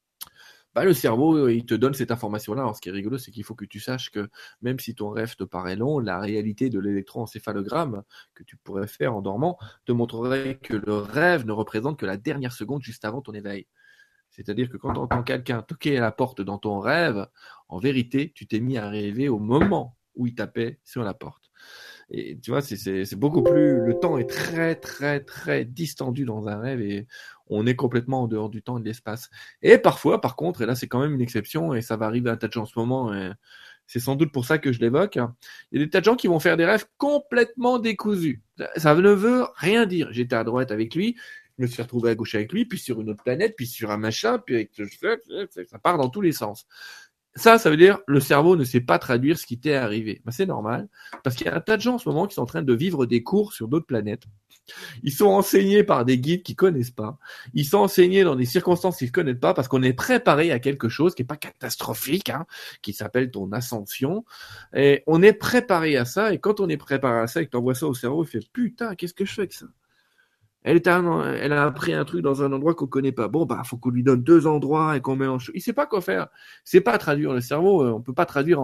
le cerveau, il te donne cette information-là. Alors, ce qui est rigolo, c'est qu'il faut que tu saches que même si ton rêve te paraît long, la réalité de l'électroencéphalogramme que tu pourrais faire en dormant te montrerait que le rêve ne représente que la dernière seconde juste avant ton éveil. C'est-à-dire que quand tu entends quelqu'un toquer à la porte dans ton rêve, en vérité, tu t'es mis à rêver au moment où il tapait sur la porte. Et tu vois, c'est beaucoup plus. Le temps est très, très, très distendu dans un rêve et on est complètement en dehors du temps et de l'espace. Et parfois, par contre, et là c'est quand même une exception, et ça va arriver à un tas de gens en ce moment, et c'est sans doute pour ça que je l'évoque, il y a des tas de gens qui vont faire des rêves complètement décousus. Ça ne veut rien dire. J'étais à droite avec lui, je me suis retrouvé à gauche avec lui, puis sur une autre planète, puis sur un machin, puis avec ça part dans tous les sens. Ça veut dire le cerveau ne sait pas traduire ce qui t'est arrivé. C'est normal, parce qu'il y a un tas de gens en ce moment qui sont en train de vivre des cours sur d'autres planètes. Ils sont enseignés par des guides qu'ils connaissent pas. Ils sont enseignés dans des circonstances qu'ils connaissent pas parce qu'on est préparé à quelque chose qui est pas catastrophique, qui s'appelle ton ascension. Et on est préparé à ça. Et quand on est préparé à ça et que t'envoies ça au cerveau, il fait putain, qu'est-ce que je fais avec ça? Elle a appris un truc dans un endroit qu'on connaît pas. Bon, faut qu'on lui donne 2 endroits et qu'on mélange. Il sait pas quoi faire. Il sait pas traduire le cerveau. On peut pas traduire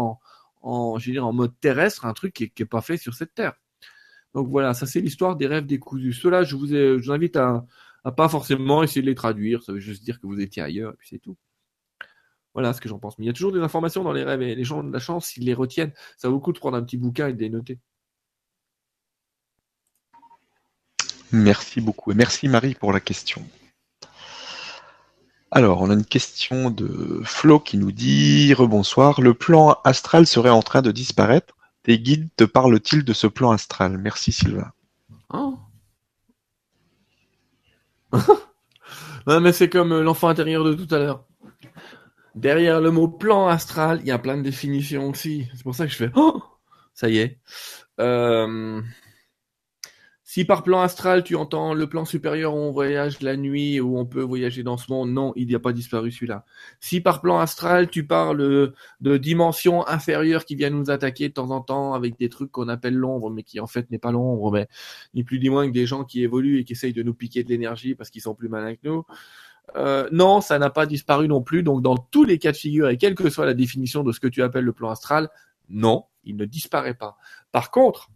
en mode terrestre un truc qui est pas fait sur cette terre. Donc voilà, ça c'est l'histoire des rêves décousus. Ceux-là, je vous invite à pas forcément essayer de les traduire. Ça veut juste dire que vous étiez ailleurs et puis c'est tout. Voilà ce que j'en pense. Mais il y a toujours des informations dans les rêves et les gens ont de la chance s'ils les retiennent. Ça vaut le coup de prendre un petit bouquin et de les noter. Merci beaucoup. Et merci Marie pour la question. Alors, on a une question de Flo qui nous dit « Rebonsoir, le plan astral serait en train de disparaître. Tes guides te parlent-ils de ce plan astral? Merci Sylvain. » Non, mais c'est comme l'enfant intérieur de tout à l'heure. Derrière le mot plan astral, il y a plein de définitions aussi. C'est pour ça que je fais « Oh !» Ça y est. Si par plan astral, tu entends le plan supérieur où on voyage la nuit, où on peut voyager dans ce monde, non, il n'y a pas disparu celui-là. Si par plan astral, tu parles de dimensions inférieures qui viennent nous attaquer de temps en temps avec des trucs qu'on appelle l'ombre, mais qui en fait n'est pas l'ombre, mais ni plus ni moins que des gens qui évoluent et qui essayent de nous piquer de l'énergie parce qu'ils sont plus malins que nous. Non, ça n'a pas disparu non plus. Donc dans tous les cas de figure, et quelle que soit la définition de ce que tu appelles le plan astral, non, il ne disparaît pas. Par contre,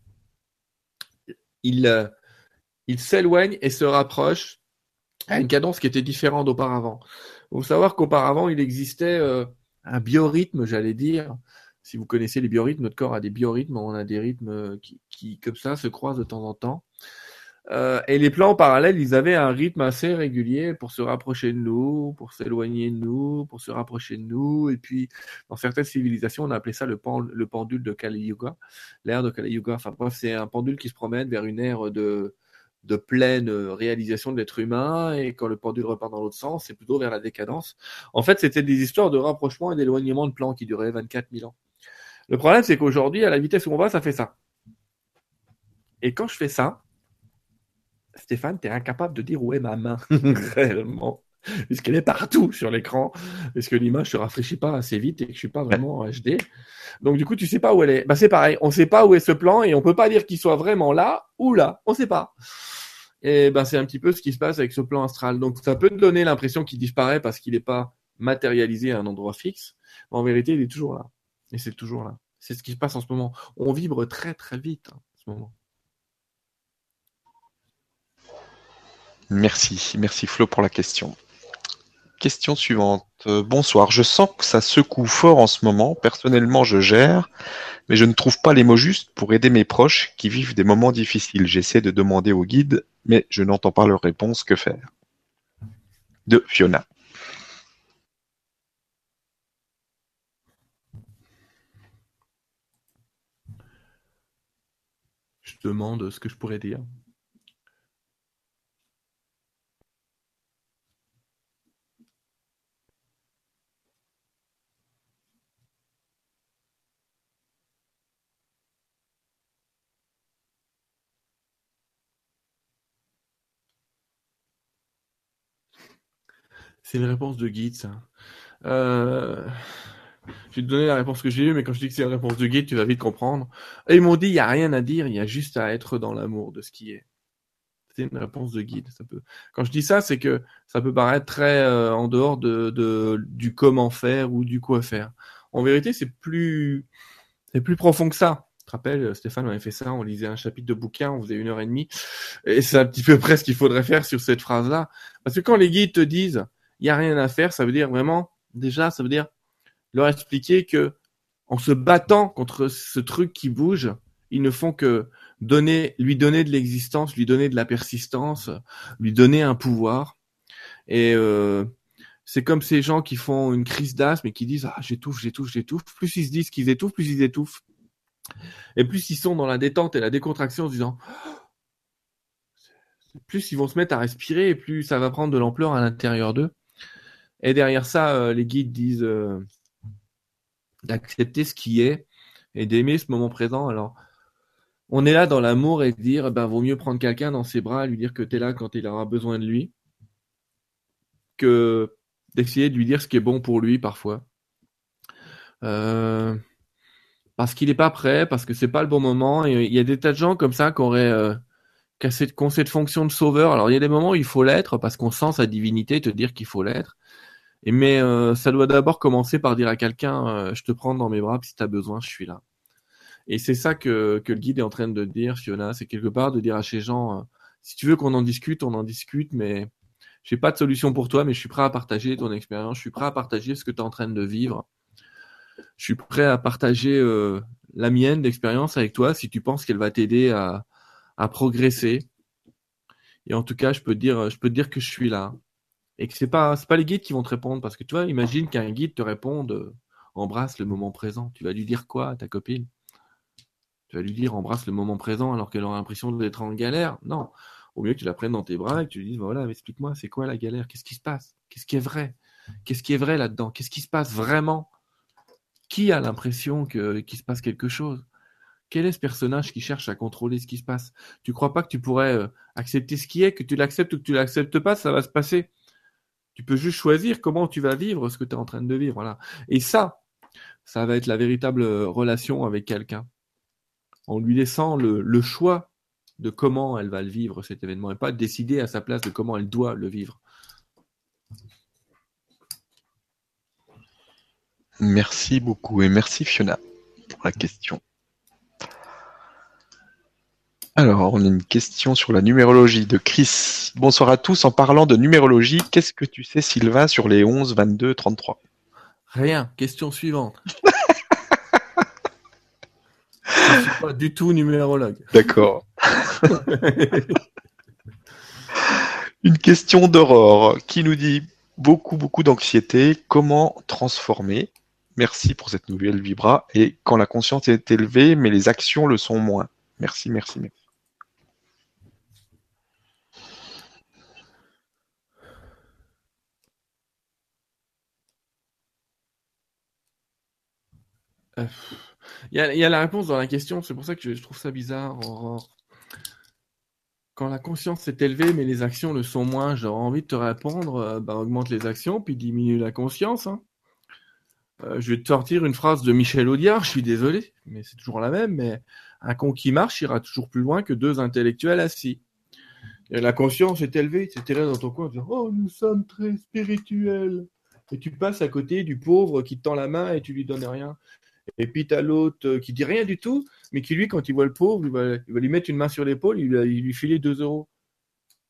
il s'éloigne et se rapproche à une cadence qui était différente d'auparavant. Il faut savoir qu'auparavant, il existait un biorhythme, j'allais dire. Si vous connaissez les biorhythmes, notre corps a des biorhythmes, on a des rythmes qui comme ça, se croisent de temps en temps. Et les plans parallèles, ils avaient un rythme assez régulier pour se rapprocher de nous, pour s'éloigner de nous, pour se rapprocher de nous. Et puis, dans certaines civilisations, on a appelé ça le pendule de Kali Yuga, l'ère de Kali Yuga. Enfin bref, c'est un pendule qui se promène vers une ère de pleine réalisation de l'être humain, et quand le pendule repart dans l'autre sens, c'est plutôt vers la décadence. En fait, c'était des histoires de rapprochement et d'éloignement de plans qui duraient 24 000 ans. Le problème, c'est qu'aujourd'hui, à la vitesse où on va, ça fait ça. Et quand je fais ça, Stéphane, t'es incapable de dire où est ma main, réellement. Puisqu'elle est partout sur l'écran, parce que l'image se rafraîchit pas assez vite et que je suis pas vraiment en HD. Donc du coup, tu sais pas où elle est. C'est pareil, on sait pas où est ce plan et on peut pas dire qu'il soit vraiment là ou là. On sait pas. Et c'est un petit peu ce qui se passe avec ce plan astral. Donc ça peut te donner l'impression qu'il disparaît parce qu'il n'est pas matérialisé à un endroit fixe. Mais en vérité, il est toujours là. Et c'est toujours là. C'est ce qui se passe en ce moment. On vibre très très vite en ce moment. Merci Flo pour la question. Question suivante Bonsoir, je sens que ça secoue fort en ce moment. Personnellement, je gère, mais je ne trouve pas les mots justes pour aider mes proches qui vivent des moments difficiles. J'essaie de demander au guide, mais je n'entends pas leur réponse. Que faire? De Fiona. Je te demande ce que je pourrais dire. C'est une réponse de guide, ça. Je vais te donner la réponse que j'ai eue, mais quand je dis que c'est une réponse de guide, tu vas vite comprendre. Et ils m'ont dit, il n'y a rien à dire, il y a juste à être dans l'amour de ce qui est. C'est une réponse de guide. Ça peut... Quand je dis ça, c'est que ça peut paraître très en dehors du comment faire ou du quoi faire. En vérité, c'est plus profond que ça. Tu te rappelles, Stéphane avait fait ça, on lisait un chapitre de bouquin, on faisait 1 heure et demie. Et c'est un petit peu près ce qu'il faudrait faire sur cette phrase-là. Parce que quand les guides te disent, il n'y a rien à faire, ça veut dire vraiment, déjà, ça veut dire leur expliquer que en se battant contre ce truc qui bouge, ils ne font que lui donner de l'existence, lui donner de la persistance, lui donner un pouvoir. Et c'est comme ces gens qui font une crise d'asthme et qui disent ah j'étouffe. Plus ils se disent qu'ils étouffent, plus ils étouffent. Et plus ils sont dans la détente et la décontraction en se disant plus ils vont se mettre à respirer et plus ça va prendre de l'ampleur à l'intérieur d'eux. Et derrière ça, les guides disent d'accepter ce qui est et d'aimer ce moment présent. Alors, on est là dans l'amour et dire, ben, vaut mieux prendre quelqu'un dans ses bras, lui dire que t'es là quand il aura besoin de lui, que d'essayer de lui dire ce qui est bon pour lui parfois. Parce qu'il n'est pas prêt, parce que c'est pas le bon moment. Et il y a des tas de gens comme ça qui ont cette fonction de sauveur. Alors, il y a des moments où il faut l'être parce qu'on sent sa divinité te dire qu'il faut l'être. Mais ça doit d'abord commencer par dire à quelqu'un, je te prends dans mes bras, si tu as besoin, je suis là. Et c'est ça que le guide est en train de dire, Fiona, c'est quelque part de dire à ces gens, si tu veux qu'on en discute, on en discute, mais j'ai pas de solution pour toi, mais je suis prêt à partager ton expérience, je suis prêt à partager ce que tu es en train de vivre. Je suis prêt à partager la mienne d'expérience avec toi si tu penses qu'elle va t'aider à progresser. Et en tout cas, je peux te dire que je suis là. Et que c'est pas les guides qui vont te répondre, parce que tu vois, imagine qu'un guide te réponde embrasse le moment présent. Tu vas lui dire quoi à ta copine? Tu vas lui dire embrasse le moment présent alors qu'elle aura l'impression d'être en galère? Non. Au mieux que tu la prennes dans tes bras et que tu lui dises, voilà, mais explique-moi, c'est quoi la galère? Qu'est-ce qui se passe? Qu'est-ce qui est vrai? Qu'est-ce qui est vrai là-dedans? Qu'est-ce qui se passe vraiment? Qui a l'impression qu'il se passe quelque chose? Quel est ce personnage qui cherche à contrôler ce qui se passe? Tu crois pas que tu pourrais accepter ce qui est, que tu l'acceptes ou que tu l'acceptes pas, ça va se passer. Tu peux juste choisir comment tu vas vivre ce que tu es en train de vivre. Voilà. Et ça va être la véritable relation avec quelqu'un. En lui laissant le choix de comment elle va le vivre, cet événement, et pas décider à sa place de comment elle doit le vivre. Merci beaucoup et merci Fiona pour la question. Alors, on a une question sur la numérologie de Chris. Bonsoir à tous. En parlant de numérologie, qu'est-ce que tu sais, Sylvain, sur les 11, 22, 33? Rien. Question suivante. Je ne suis pas du tout numérologue. D'accord. Une question d'Aurore qui nous dit beaucoup d'anxiété. Comment transformer? Merci pour cette nouvelle vibra. Et quand la conscience est élevée, mais les actions le sont moins. Merci. Il y a la réponse dans la question, c'est pour ça que je trouve ça bizarre. Quand la conscience est élevée, mais les actions le sont moins, j'aurais envie de te répondre, augmente les actions, puis diminue la conscience. Hein. Je vais te sortir une phrase de Michel Audiard, je suis désolé, mais c'est toujours la même, mais un con qui marche ira toujours plus loin que deux intellectuels assis. Et la conscience est élevée, c'était là dans ton coin, en disant, oh, nous sommes très spirituels. Et tu passes à côté du pauvre qui te tend la main et tu lui donnes rien. Et puis t'as l'autre qui dit rien du tout, mais qui lui, quand il voit le pauvre, il va lui mettre une main sur l'épaule, il lui filer 2 euros.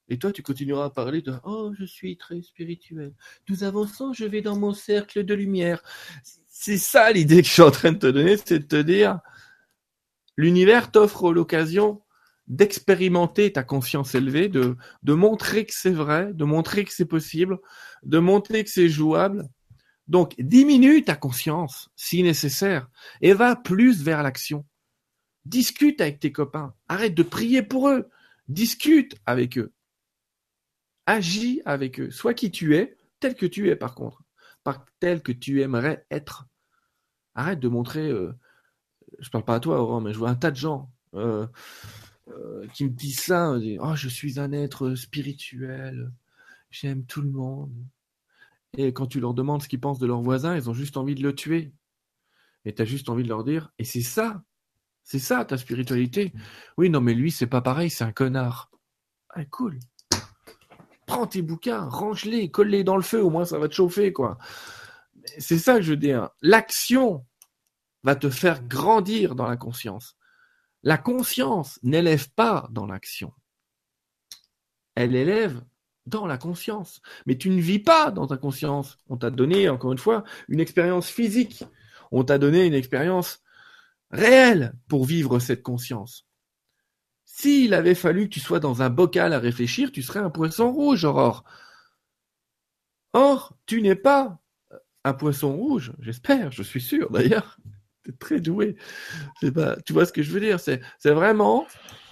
Et toi, tu continueras à parler de « Oh, je suis très spirituel. Nous avançons, je vais dans mon cercle de lumière. » C'est ça l'idée que je suis en train de te donner, c'est de te dire l'univers t'offre l'occasion d'expérimenter ta conscience élevée, de montrer que c'est vrai, de montrer que c'est possible, de montrer que c'est jouable. Donc, diminue ta conscience, si nécessaire, et va plus vers l'action. Discute avec tes copains. Arrête de prier pour eux. Discute avec eux. Agis avec eux. Sois qui tu es, tel que tu es par contre. Pas tel que tu aimerais être. Arrête de montrer... je parle pas à toi, Aurore, mais je vois un tas de gens qui me disent ça. Oh, je suis un être spirituel. J'aime tout le monde. Et quand tu leur demandes ce qu'ils pensent de leur voisin, ils ont juste envie de le tuer. Et tu as juste envie de leur dire, et c'est ça ta spiritualité. Oui, non, mais lui, c'est pas pareil, c'est un connard. Ah, cool. Prends tes bouquins, range-les, colle-les dans le feu, au moins ça va te chauffer, quoi. C'est ça que je veux dire. L'action va te faire grandir dans la conscience. La conscience n'élève pas dans l'action. Elle élève dans la conscience. Mais tu ne vis pas dans ta conscience. On t'a donné, encore une fois, une expérience physique. On t'a donné une expérience réelle pour vivre cette conscience. S'il avait fallu que tu sois dans un bocal à réfléchir, tu serais un poisson rouge, Aurore. Or, tu n'es pas un poisson rouge, j'espère, je suis sûr d'ailleurs. Tu es très doué. Tu vois ce que je veux dire, c'est vraiment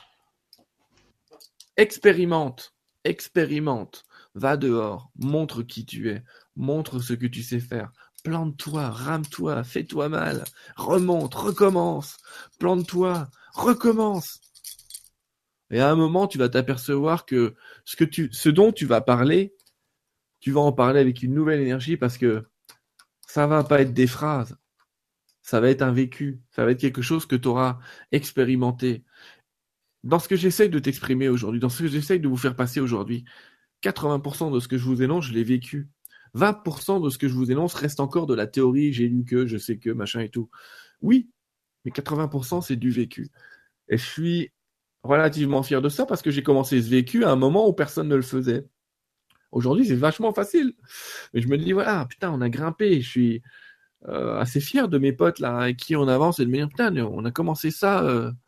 expérimente, va dehors, montre qui tu es, montre ce que tu sais faire. Plante-toi, rame-toi, fais-toi mal, remonte, recommence, plante-toi, recommence. Et à un moment, tu vas t'apercevoir que ce dont tu vas parler, tu vas en parler avec une nouvelle énergie parce que ça va pas être des phrases, ça va être un vécu, ça va être quelque chose que tu auras expérimenté. Dans ce que j'essaye de t'exprimer aujourd'hui, dans ce que j'essaye de vous faire passer aujourd'hui, 80% de ce que je vous énonce, je l'ai vécu. 20% de ce que je vous énonce reste encore de la théorie, j'ai lu que, je sais que, machin et tout. Oui, mais 80% c'est du vécu. Et je suis relativement fier de ça parce que j'ai commencé ce vécu à un moment où personne ne le faisait. Aujourd'hui, c'est vachement facile. Mais je me dis, voilà, putain, on a grimpé. Je suis assez fier de mes potes là avec qui on avance et de me dire, putain, on a commencé ça.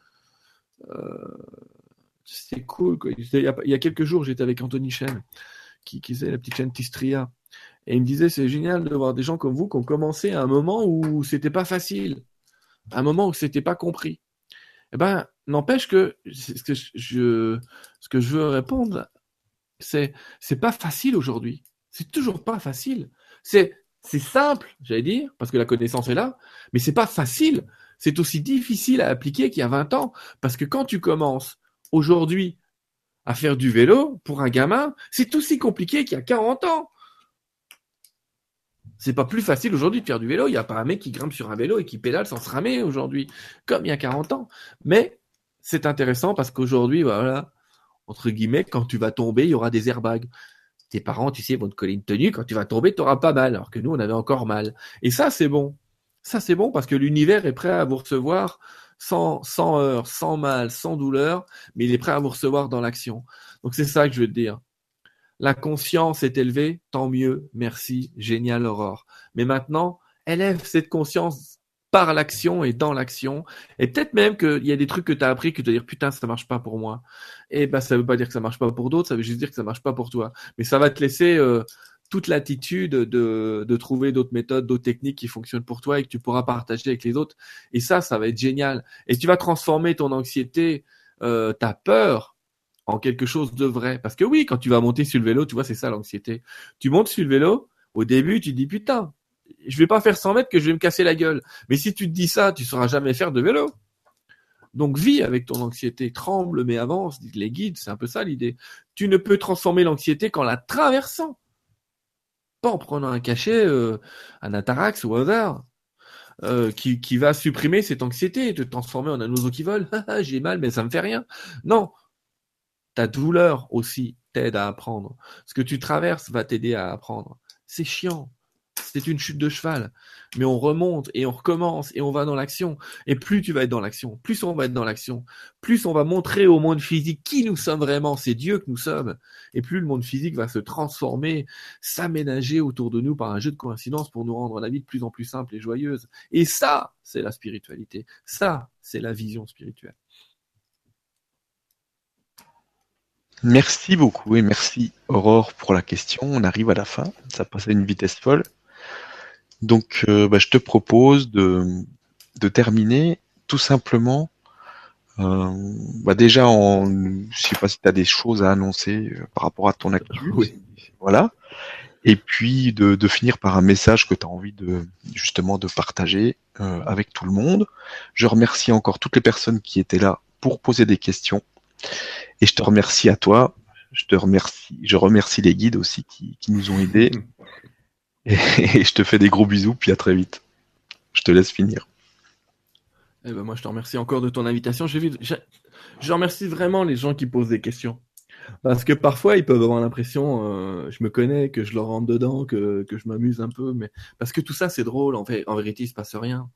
C'est cool. Quoi. Il y a quelques jours, j'étais avec Anthony Chen, qui faisait la petite chaîne Tistria. Et il me disait, c'est génial de voir des gens comme vous qui ont commencé à un moment où c'était pas facile. À un moment où c'était pas compris. Eh ben, n'empêche que ce que je veux répondre, c'est pas facile aujourd'hui. C'est toujours pas facile. C'est simple, j'allais dire, parce que la connaissance est là, mais c'est pas facile. C'est aussi difficile à appliquer qu'il y a 20 ans. Parce que quand tu commences aujourd'hui à faire du vélo, pour un gamin, c'est aussi compliqué qu'il y a 40 ans. C'est pas plus facile aujourd'hui de faire du vélo. Il n'y a pas un mec qui grimpe sur un vélo et qui pédale sans se ramer aujourd'hui, comme il y a 40 ans. Mais c'est intéressant parce qu'aujourd'hui, voilà, entre guillemets, quand tu vas tomber, il y aura des airbags. Tes parents, tu sais, vont te coller une tenue. Quand tu vas tomber, tu n'auras pas mal, alors que nous, on avait encore mal. Et ça, c'est bon. Ça, c'est bon parce que l'univers est prêt à vous recevoir sans heurts, sans mal, sans douleur, mais il est prêt à vous recevoir dans l'action. Donc, c'est ça que je veux te dire. La conscience est élevée, tant mieux, merci, génial Aurore. Mais maintenant, élève cette conscience par l'action et dans l'action. Et peut-être même qu'il y a des trucs que tu as appris que tu vas dire putain, ça marche pas pour moi. Et ben ça veut pas dire que ça marche pas pour d'autres, ça veut juste dire que ça marche pas pour toi. Mais ça va te laisser toute l'attitude de trouver d'autres méthodes, d'autres techniques qui fonctionnent pour toi et que tu pourras partager avec les autres. Et ça va être génial. Et tu vas transformer ton anxiété, ta peur, en quelque chose de vrai. Parce que oui, quand tu vas monter sur le vélo, tu vois, c'est ça l'anxiété. Tu montes sur le vélo, au début, tu te dis putain, je vais pas faire 100 mètres que je vais me casser la gueule. Mais si tu te dis ça, tu sauras jamais faire de vélo. Donc vis avec ton anxiété, tremble mais avance, dit les guides, c'est un peu ça l'idée. Tu ne peux transformer l'anxiété qu'en la traversant. Pas en prenant un cachet, un atarax ou un hasard. Qui va supprimer cette anxiété et te transformer en un oiseau qui vole. J'ai mal, mais ça me fait rien. Non, ta douleur aussi t'aide à apprendre. Ce que tu traverses va t'aider à apprendre. C'est chiant. c'est une chute de cheval. Mais on remonte et on recommence et on va dans l'action. Et plus tu vas être dans l'action, plus on va être dans l'action, plus on va montrer au monde physique qui nous sommes vraiment, c'est Dieu que nous sommes. Et plus le monde physique va se transformer, s'aménager autour de nous par un jeu de coïncidences pour nous rendre la vie de plus en plus simple et joyeuse. Et ça, c'est la spiritualité. Ça, c'est la vision spirituelle. Merci beaucoup et merci Aurore pour la question. On arrive à la fin, ça passe à une vitesse folle. Donc je te propose de terminer tout simplement. Déjà, je sais pas si tu as des choses à annoncer par rapport à ton actu. Oui. Voilà. Et puis de finir par un message que tu as envie justement de partager avec tout le monde. Je remercie encore toutes les personnes qui étaient là pour poser des questions. Et je te remercie à toi. Je remercie les guides aussi qui nous ont aidés. Et je te fais des gros bisous, puis à très vite. Je te laisse finir. Eh ben moi, je te remercie encore de ton invitation. Je remercie vraiment les gens qui posent des questions. Parce que parfois, ils peuvent avoir l'impression, je me connais, que je leur rentre dedans, que je m'amuse un peu, mais parce que tout ça, c'est drôle. En vérité, il se passe rien.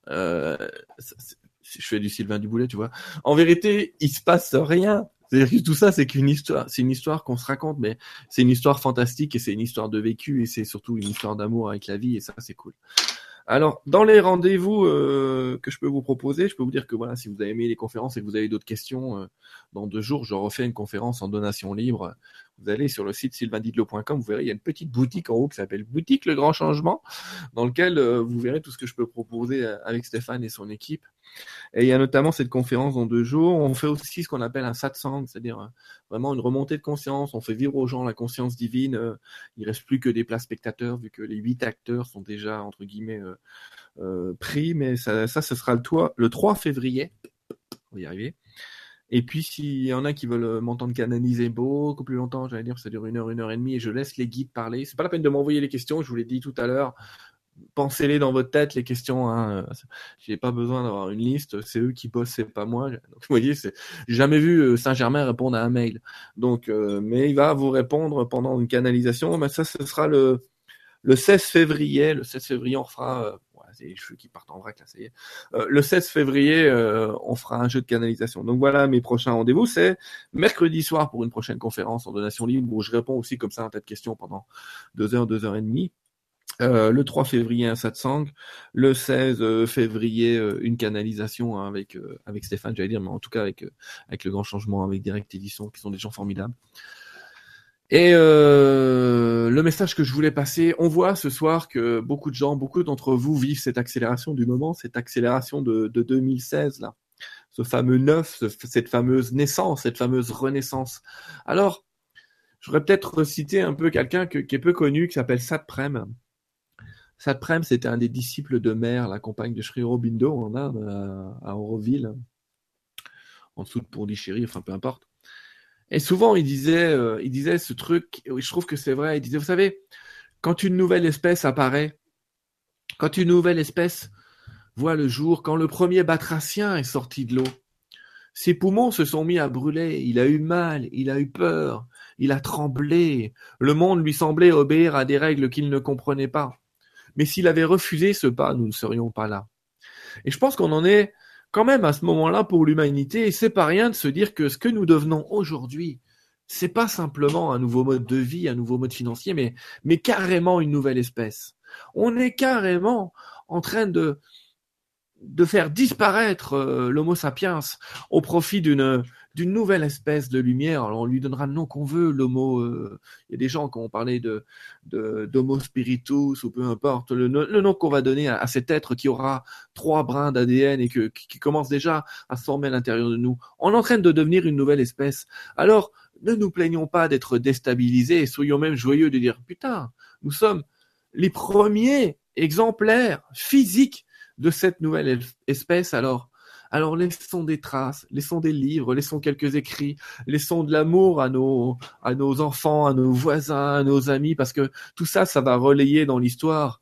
Je fais du Sylvain Duboulet, tu vois. En vérité, il se passe rien. C'est-à-dire que tout ça, c'est qu'une histoire. C'est une histoire qu'on se raconte, mais c'est une histoire fantastique et c'est une histoire de vécu et c'est surtout une histoire d'amour avec la vie et ça, c'est cool. Alors, dans les rendez-vous que je peux vous proposer, je peux vous dire que voilà, si vous avez aimé les conférences et que vous avez d'autres questions, dans 2 jours, je refais une conférence en donation libre. Vous allez sur le site sylvaindidlo.com, vous verrez, il y a une petite boutique en haut qui s'appelle Boutique Le Grand Changement, dans lequel vous verrez tout ce que je peux proposer avec Stéphane et son équipe. Et il y a notamment cette conférence dans 2 jours. On fait aussi ce qu'on appelle un satsang, c'est-à-dire vraiment une remontée de conscience. On fait vivre aux gens la conscience divine. Il reste plus que des places spectateurs, vu que les 8 acteurs sont déjà, entre guillemets, pris. Mais ça, ce sera le 3 février. On va y arriver. Et puis, s'il y en a qui veulent m'entendre canaliser beaucoup plus longtemps, j'allais dire, ça dure 1 heure, 1 heure et demie, et je laisse les guides parler. C'est pas la peine de m'envoyer les questions, je vous l'ai dit tout à l'heure. Pensez-les dans votre tête, les questions. J'ai pas besoin d'avoir une liste. C'est eux qui bossent, c'est pas moi. Donc, vous voyez, j'ai jamais vu Saint-Germain répondre à un mail. Donc, mais il va vous répondre pendant une canalisation. Mais ça, ce sera le 16 février. Le 16 février, on fera... c'est les cheveux qui partent en vrac, là, ça y est. Le 16 février, on fera un jeu de canalisation. Donc voilà, mes prochains rendez-vous, c'est mercredi soir pour une prochaine conférence en donation libre où je réponds aussi comme ça à un tas de questions pendant 2 heures, 2 heures et demie. Le 3 février un satsang, le 16 février une canalisation avec Stéphane, j'allais dire, mais en tout cas avec le grand changement, avec Direct Édition, qui sont des gens formidables. Et le message que je voulais passer, on voit ce soir que beaucoup d'entre vous vivent cette accélération du moment, cette accélération de 2016 là, ce fameux neuf, cette fameuse naissance, cette fameuse renaissance. Alors, j'aurais peut-être cité un peu quelqu'un qui est peu connu, qui s'appelle Satprem. Satprem, c'était un des disciples de Mère, la compagne de Sri Aurobindo en Inde, à Auroville, en dessous de Pondichéry, enfin peu importe. Et souvent, il disait ce truc, et je trouve que c'est vrai, il disait, vous savez, quand une nouvelle espèce apparaît, quand une nouvelle espèce voit le jour, quand le premier batracien est sorti de l'eau, ses poumons se sont mis à brûler, il a eu mal, il a eu peur, il a tremblé, le monde lui semblait obéir à des règles qu'il ne comprenait pas. Mais s'il avait refusé ce pas, nous ne serions pas là. Et je pense qu'on en est quand même à ce moment-là pour l'humanité, et c'est pas rien de se dire que ce que nous devenons aujourd'hui, c'est pas simplement un nouveau mode de vie, un nouveau mode financier, mais carrément une nouvelle espèce. On est carrément en train de faire disparaître l'Homo sapiens au profit d'une nouvelle espèce de lumière. Alors on lui donnera le nom qu'on veut, l'Homo. Il y a des gens qui ont parlé d'Homo spiritus ou peu importe le nom qu'on va donner à cet être qui aura 3 brins d'ADN et qui commence déjà à se former à l'intérieur de nous. On est en train de devenir une nouvelle espèce. Alors ne nous plaignons pas d'être déstabilisés et soyons même joyeux de dire putain, nous sommes les premiers exemplaires physiques de cette nouvelle espèce. Alors laissons des traces, laissons des livres, laissons quelques écrits, laissons de l'amour à nos enfants, à nos voisins, à nos amis, parce que tout ça, ça va relayer dans l'histoire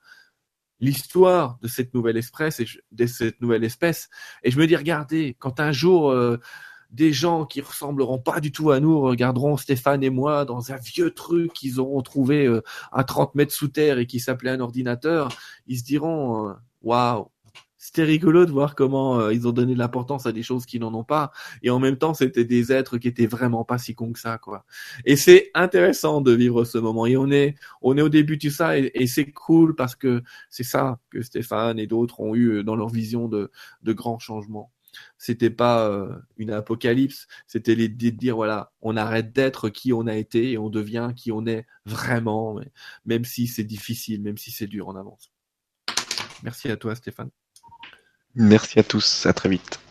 de cette nouvelle espèce. Et je me dis, regardez, quand un jour des gens qui ressembleront pas du tout à nous regarderont Stéphane et moi dans un vieux truc qu'ils auront trouvé à 30 mètres sous terre et qui s'appelait un ordinateur. Ils se diront waouh, c'était rigolo de voir comment ils ont donné de l'importance à des choses qui n'en ont pas. Et en même temps, c'était des êtres qui étaient vraiment pas si cons que ça, quoi. Et c'est intéressant de vivre ce moment. Et on est au début de ça et c'est cool parce que c'est ça que Stéphane et d'autres ont eu dans leur vision de grands changements. C'était pas une apocalypse, c'était l'idée de dire voilà, on arrête d'être qui on a été et on devient qui on est vraiment, même si c'est difficile, même si c'est dur, on avance. Merci à toi, Stéphane. Merci à tous, à très vite.